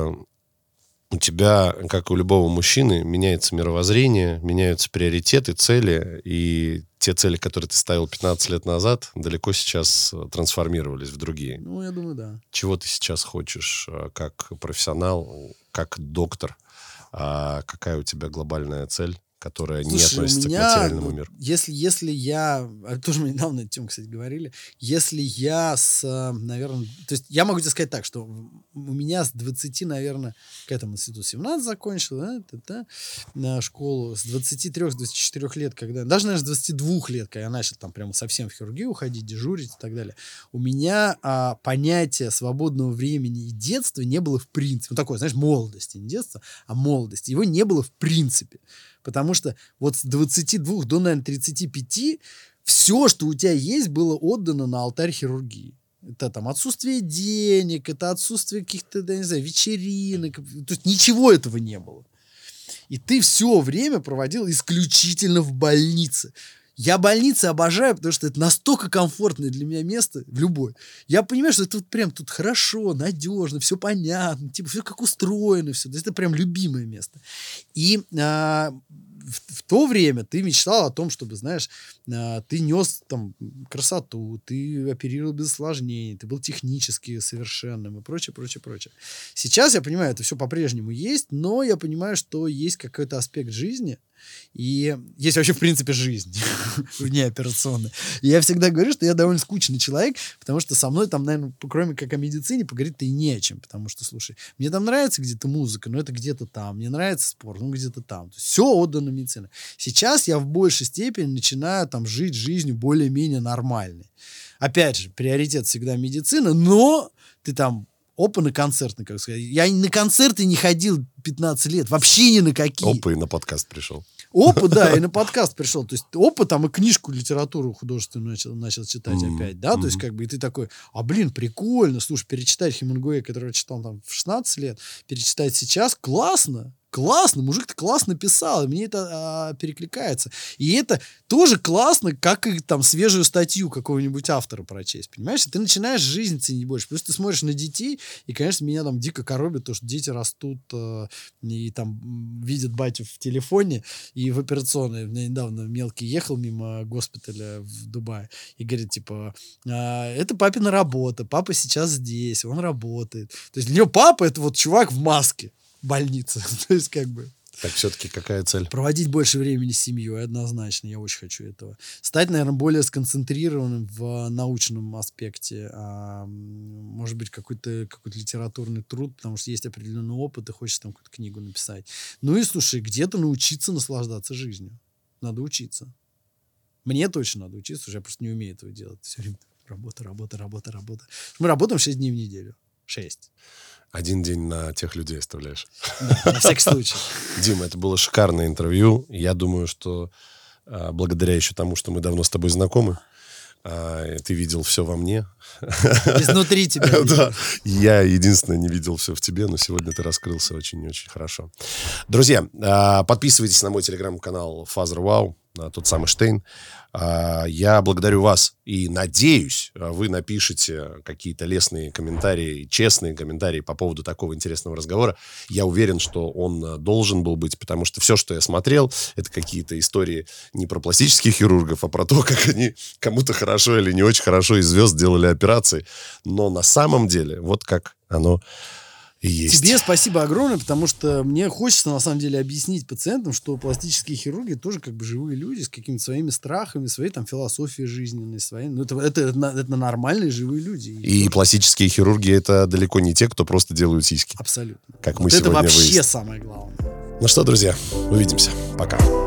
У тебя, как у любого мужчины, меняется мировоззрение, меняются приоритеты, цели, и те цели, которые ты ставил 15 лет назад, далеко сейчас трансформировались в другие. Ну, я думаю, да. Чего ты сейчас хочешь как профессионал, как доктор? Какая у тебя глобальная цель, которая не относится к материальному миру? Если я... Тоже мы недавно эту тему, кстати, говорили. Если я наверное... То есть я могу тебе сказать так, что у меня с 20, наверное, к этому институту 17 закончил, на школу. С 23-24 лет, когда... Даже, наверное, с 22 лет, когда я начал там прямо совсем в хирургию уходить, дежурить и так далее, у меня понятия свободного времени и детства не было в принципе. Ну, такое, знаешь, молодости. Не детства, а молодости. Его не было в принципе. Потому что вот с 22 до, наверное, 35 все, что у тебя есть, было отдано на алтарь хирургии. Это там отсутствие денег, это отсутствие каких-то, да, не знаю, вечеринок. То есть ничего этого не было. И ты все время проводил исключительно в больнице. Я больницы обожаю, потому что это настолько комфортное для меня место, в любой. Я понимаю, что это вот прям тут хорошо, надежно, все понятно, типа все как устроено, все. Это прям любимое место. И в то время ты мечтал о том, чтобы, знаешь, ты нес там красоту, ты оперировал без осложнений, ты был технически совершенным и прочее, прочее, прочее. Сейчас я понимаю, это все по-прежнему есть, но я понимаю, что есть какой-то аспект жизни, и есть вообще, в принципе, жизнь внеоперационная. И я всегда говорю, что я довольно скучный человек, потому что со мной там, наверное, кроме как о медицине, поговорить-то и не о чем. Потому что, слушай, мне там нравится где-то музыка, но это где-то там. Мне нравится спорт, ну где-то там. То есть все отдано медицине. Сейчас я в большей степени начинаю там жить жизнью более-менее нормальной. Опять же, приоритет всегда медицина, но ты там опа на концерты, как сказать. Я на концерты не ходил 15 лет, вообще ни на какие. Опа, и на подкаст пришел. Опа, да, и на подкаст пришел. То есть опа там и книжку, литературу художественную начал читать опять, да, то есть как бы и ты такой, блин, прикольно, слушай, перечитать Хемингуэя, которого я читал там в 16 лет, перечитать сейчас, классно. Классно, мужик-то классно писал, и мне это перекликается. И это тоже классно, как и там свежую статью какого-нибудь автора прочесть, понимаешь? И ты начинаешь жизнь ценить больше. Плюс ты смотришь на детей, и, конечно, меня там дико коробит то, что дети растут и там видят батю в телефоне и в операционной. У меня недавно мелкий ехал мимо госпиталя в Дубае и говорит, типа, это папина работа, папа сейчас здесь, он работает. То есть для него папа — это вот чувак в маске. Больница. То есть, как бы... Так все-таки какая цель? Проводить больше времени с семьей, однозначно. Я очень хочу этого. Стать, наверное, более сконцентрированным в научном аспекте. Может быть, какой-то литературный труд, потому что есть определенный опыт, и хочется там какую-то книгу написать. Ну и, слушай, где-то научиться наслаждаться жизнью. Надо учиться. Мне точно надо учиться, уже я просто не умею этого делать. Все время работа. Мы работаем 6 дней в неделю. 6. 1 день на тех людей оставляешь. Да, на всякий случай. Дима, это было шикарное интервью. Я думаю, что благодаря еще тому, что мы давно с тобой знакомы, ты видел все во мне. Изнутри тебя. Да. Я единственное не видел все в тебе, но сегодня ты раскрылся очень-очень хорошо. Друзья, подписывайтесь на мой телеграм-канал Father Wow, тот самый Штейн. Я благодарю вас и надеюсь, вы напишите какие-то лестные комментарии, честные комментарии по поводу такого интересного разговора. Я уверен, что он должен был быть, потому что все, что я смотрел, это какие-то истории не про пластических хирургов, а про то, как они кому-то хорошо или не очень хорошо из звезд делали операции. Но на самом деле, вот как оно есть. Тебе спасибо огромное, потому что мне хочется, на самом деле, объяснить пациентам, что пластические хирурги тоже как бы живые люди с какими-то своими страхами, своей там философией жизненной, своей. Ну, это нормальные живые люди. И пластические хирурги — это далеко не те, кто просто делают сиськи. Абсолютно. Как вот мы это сегодня вообще выяснили. самое главное. Ну что, друзья, увидимся. Пока.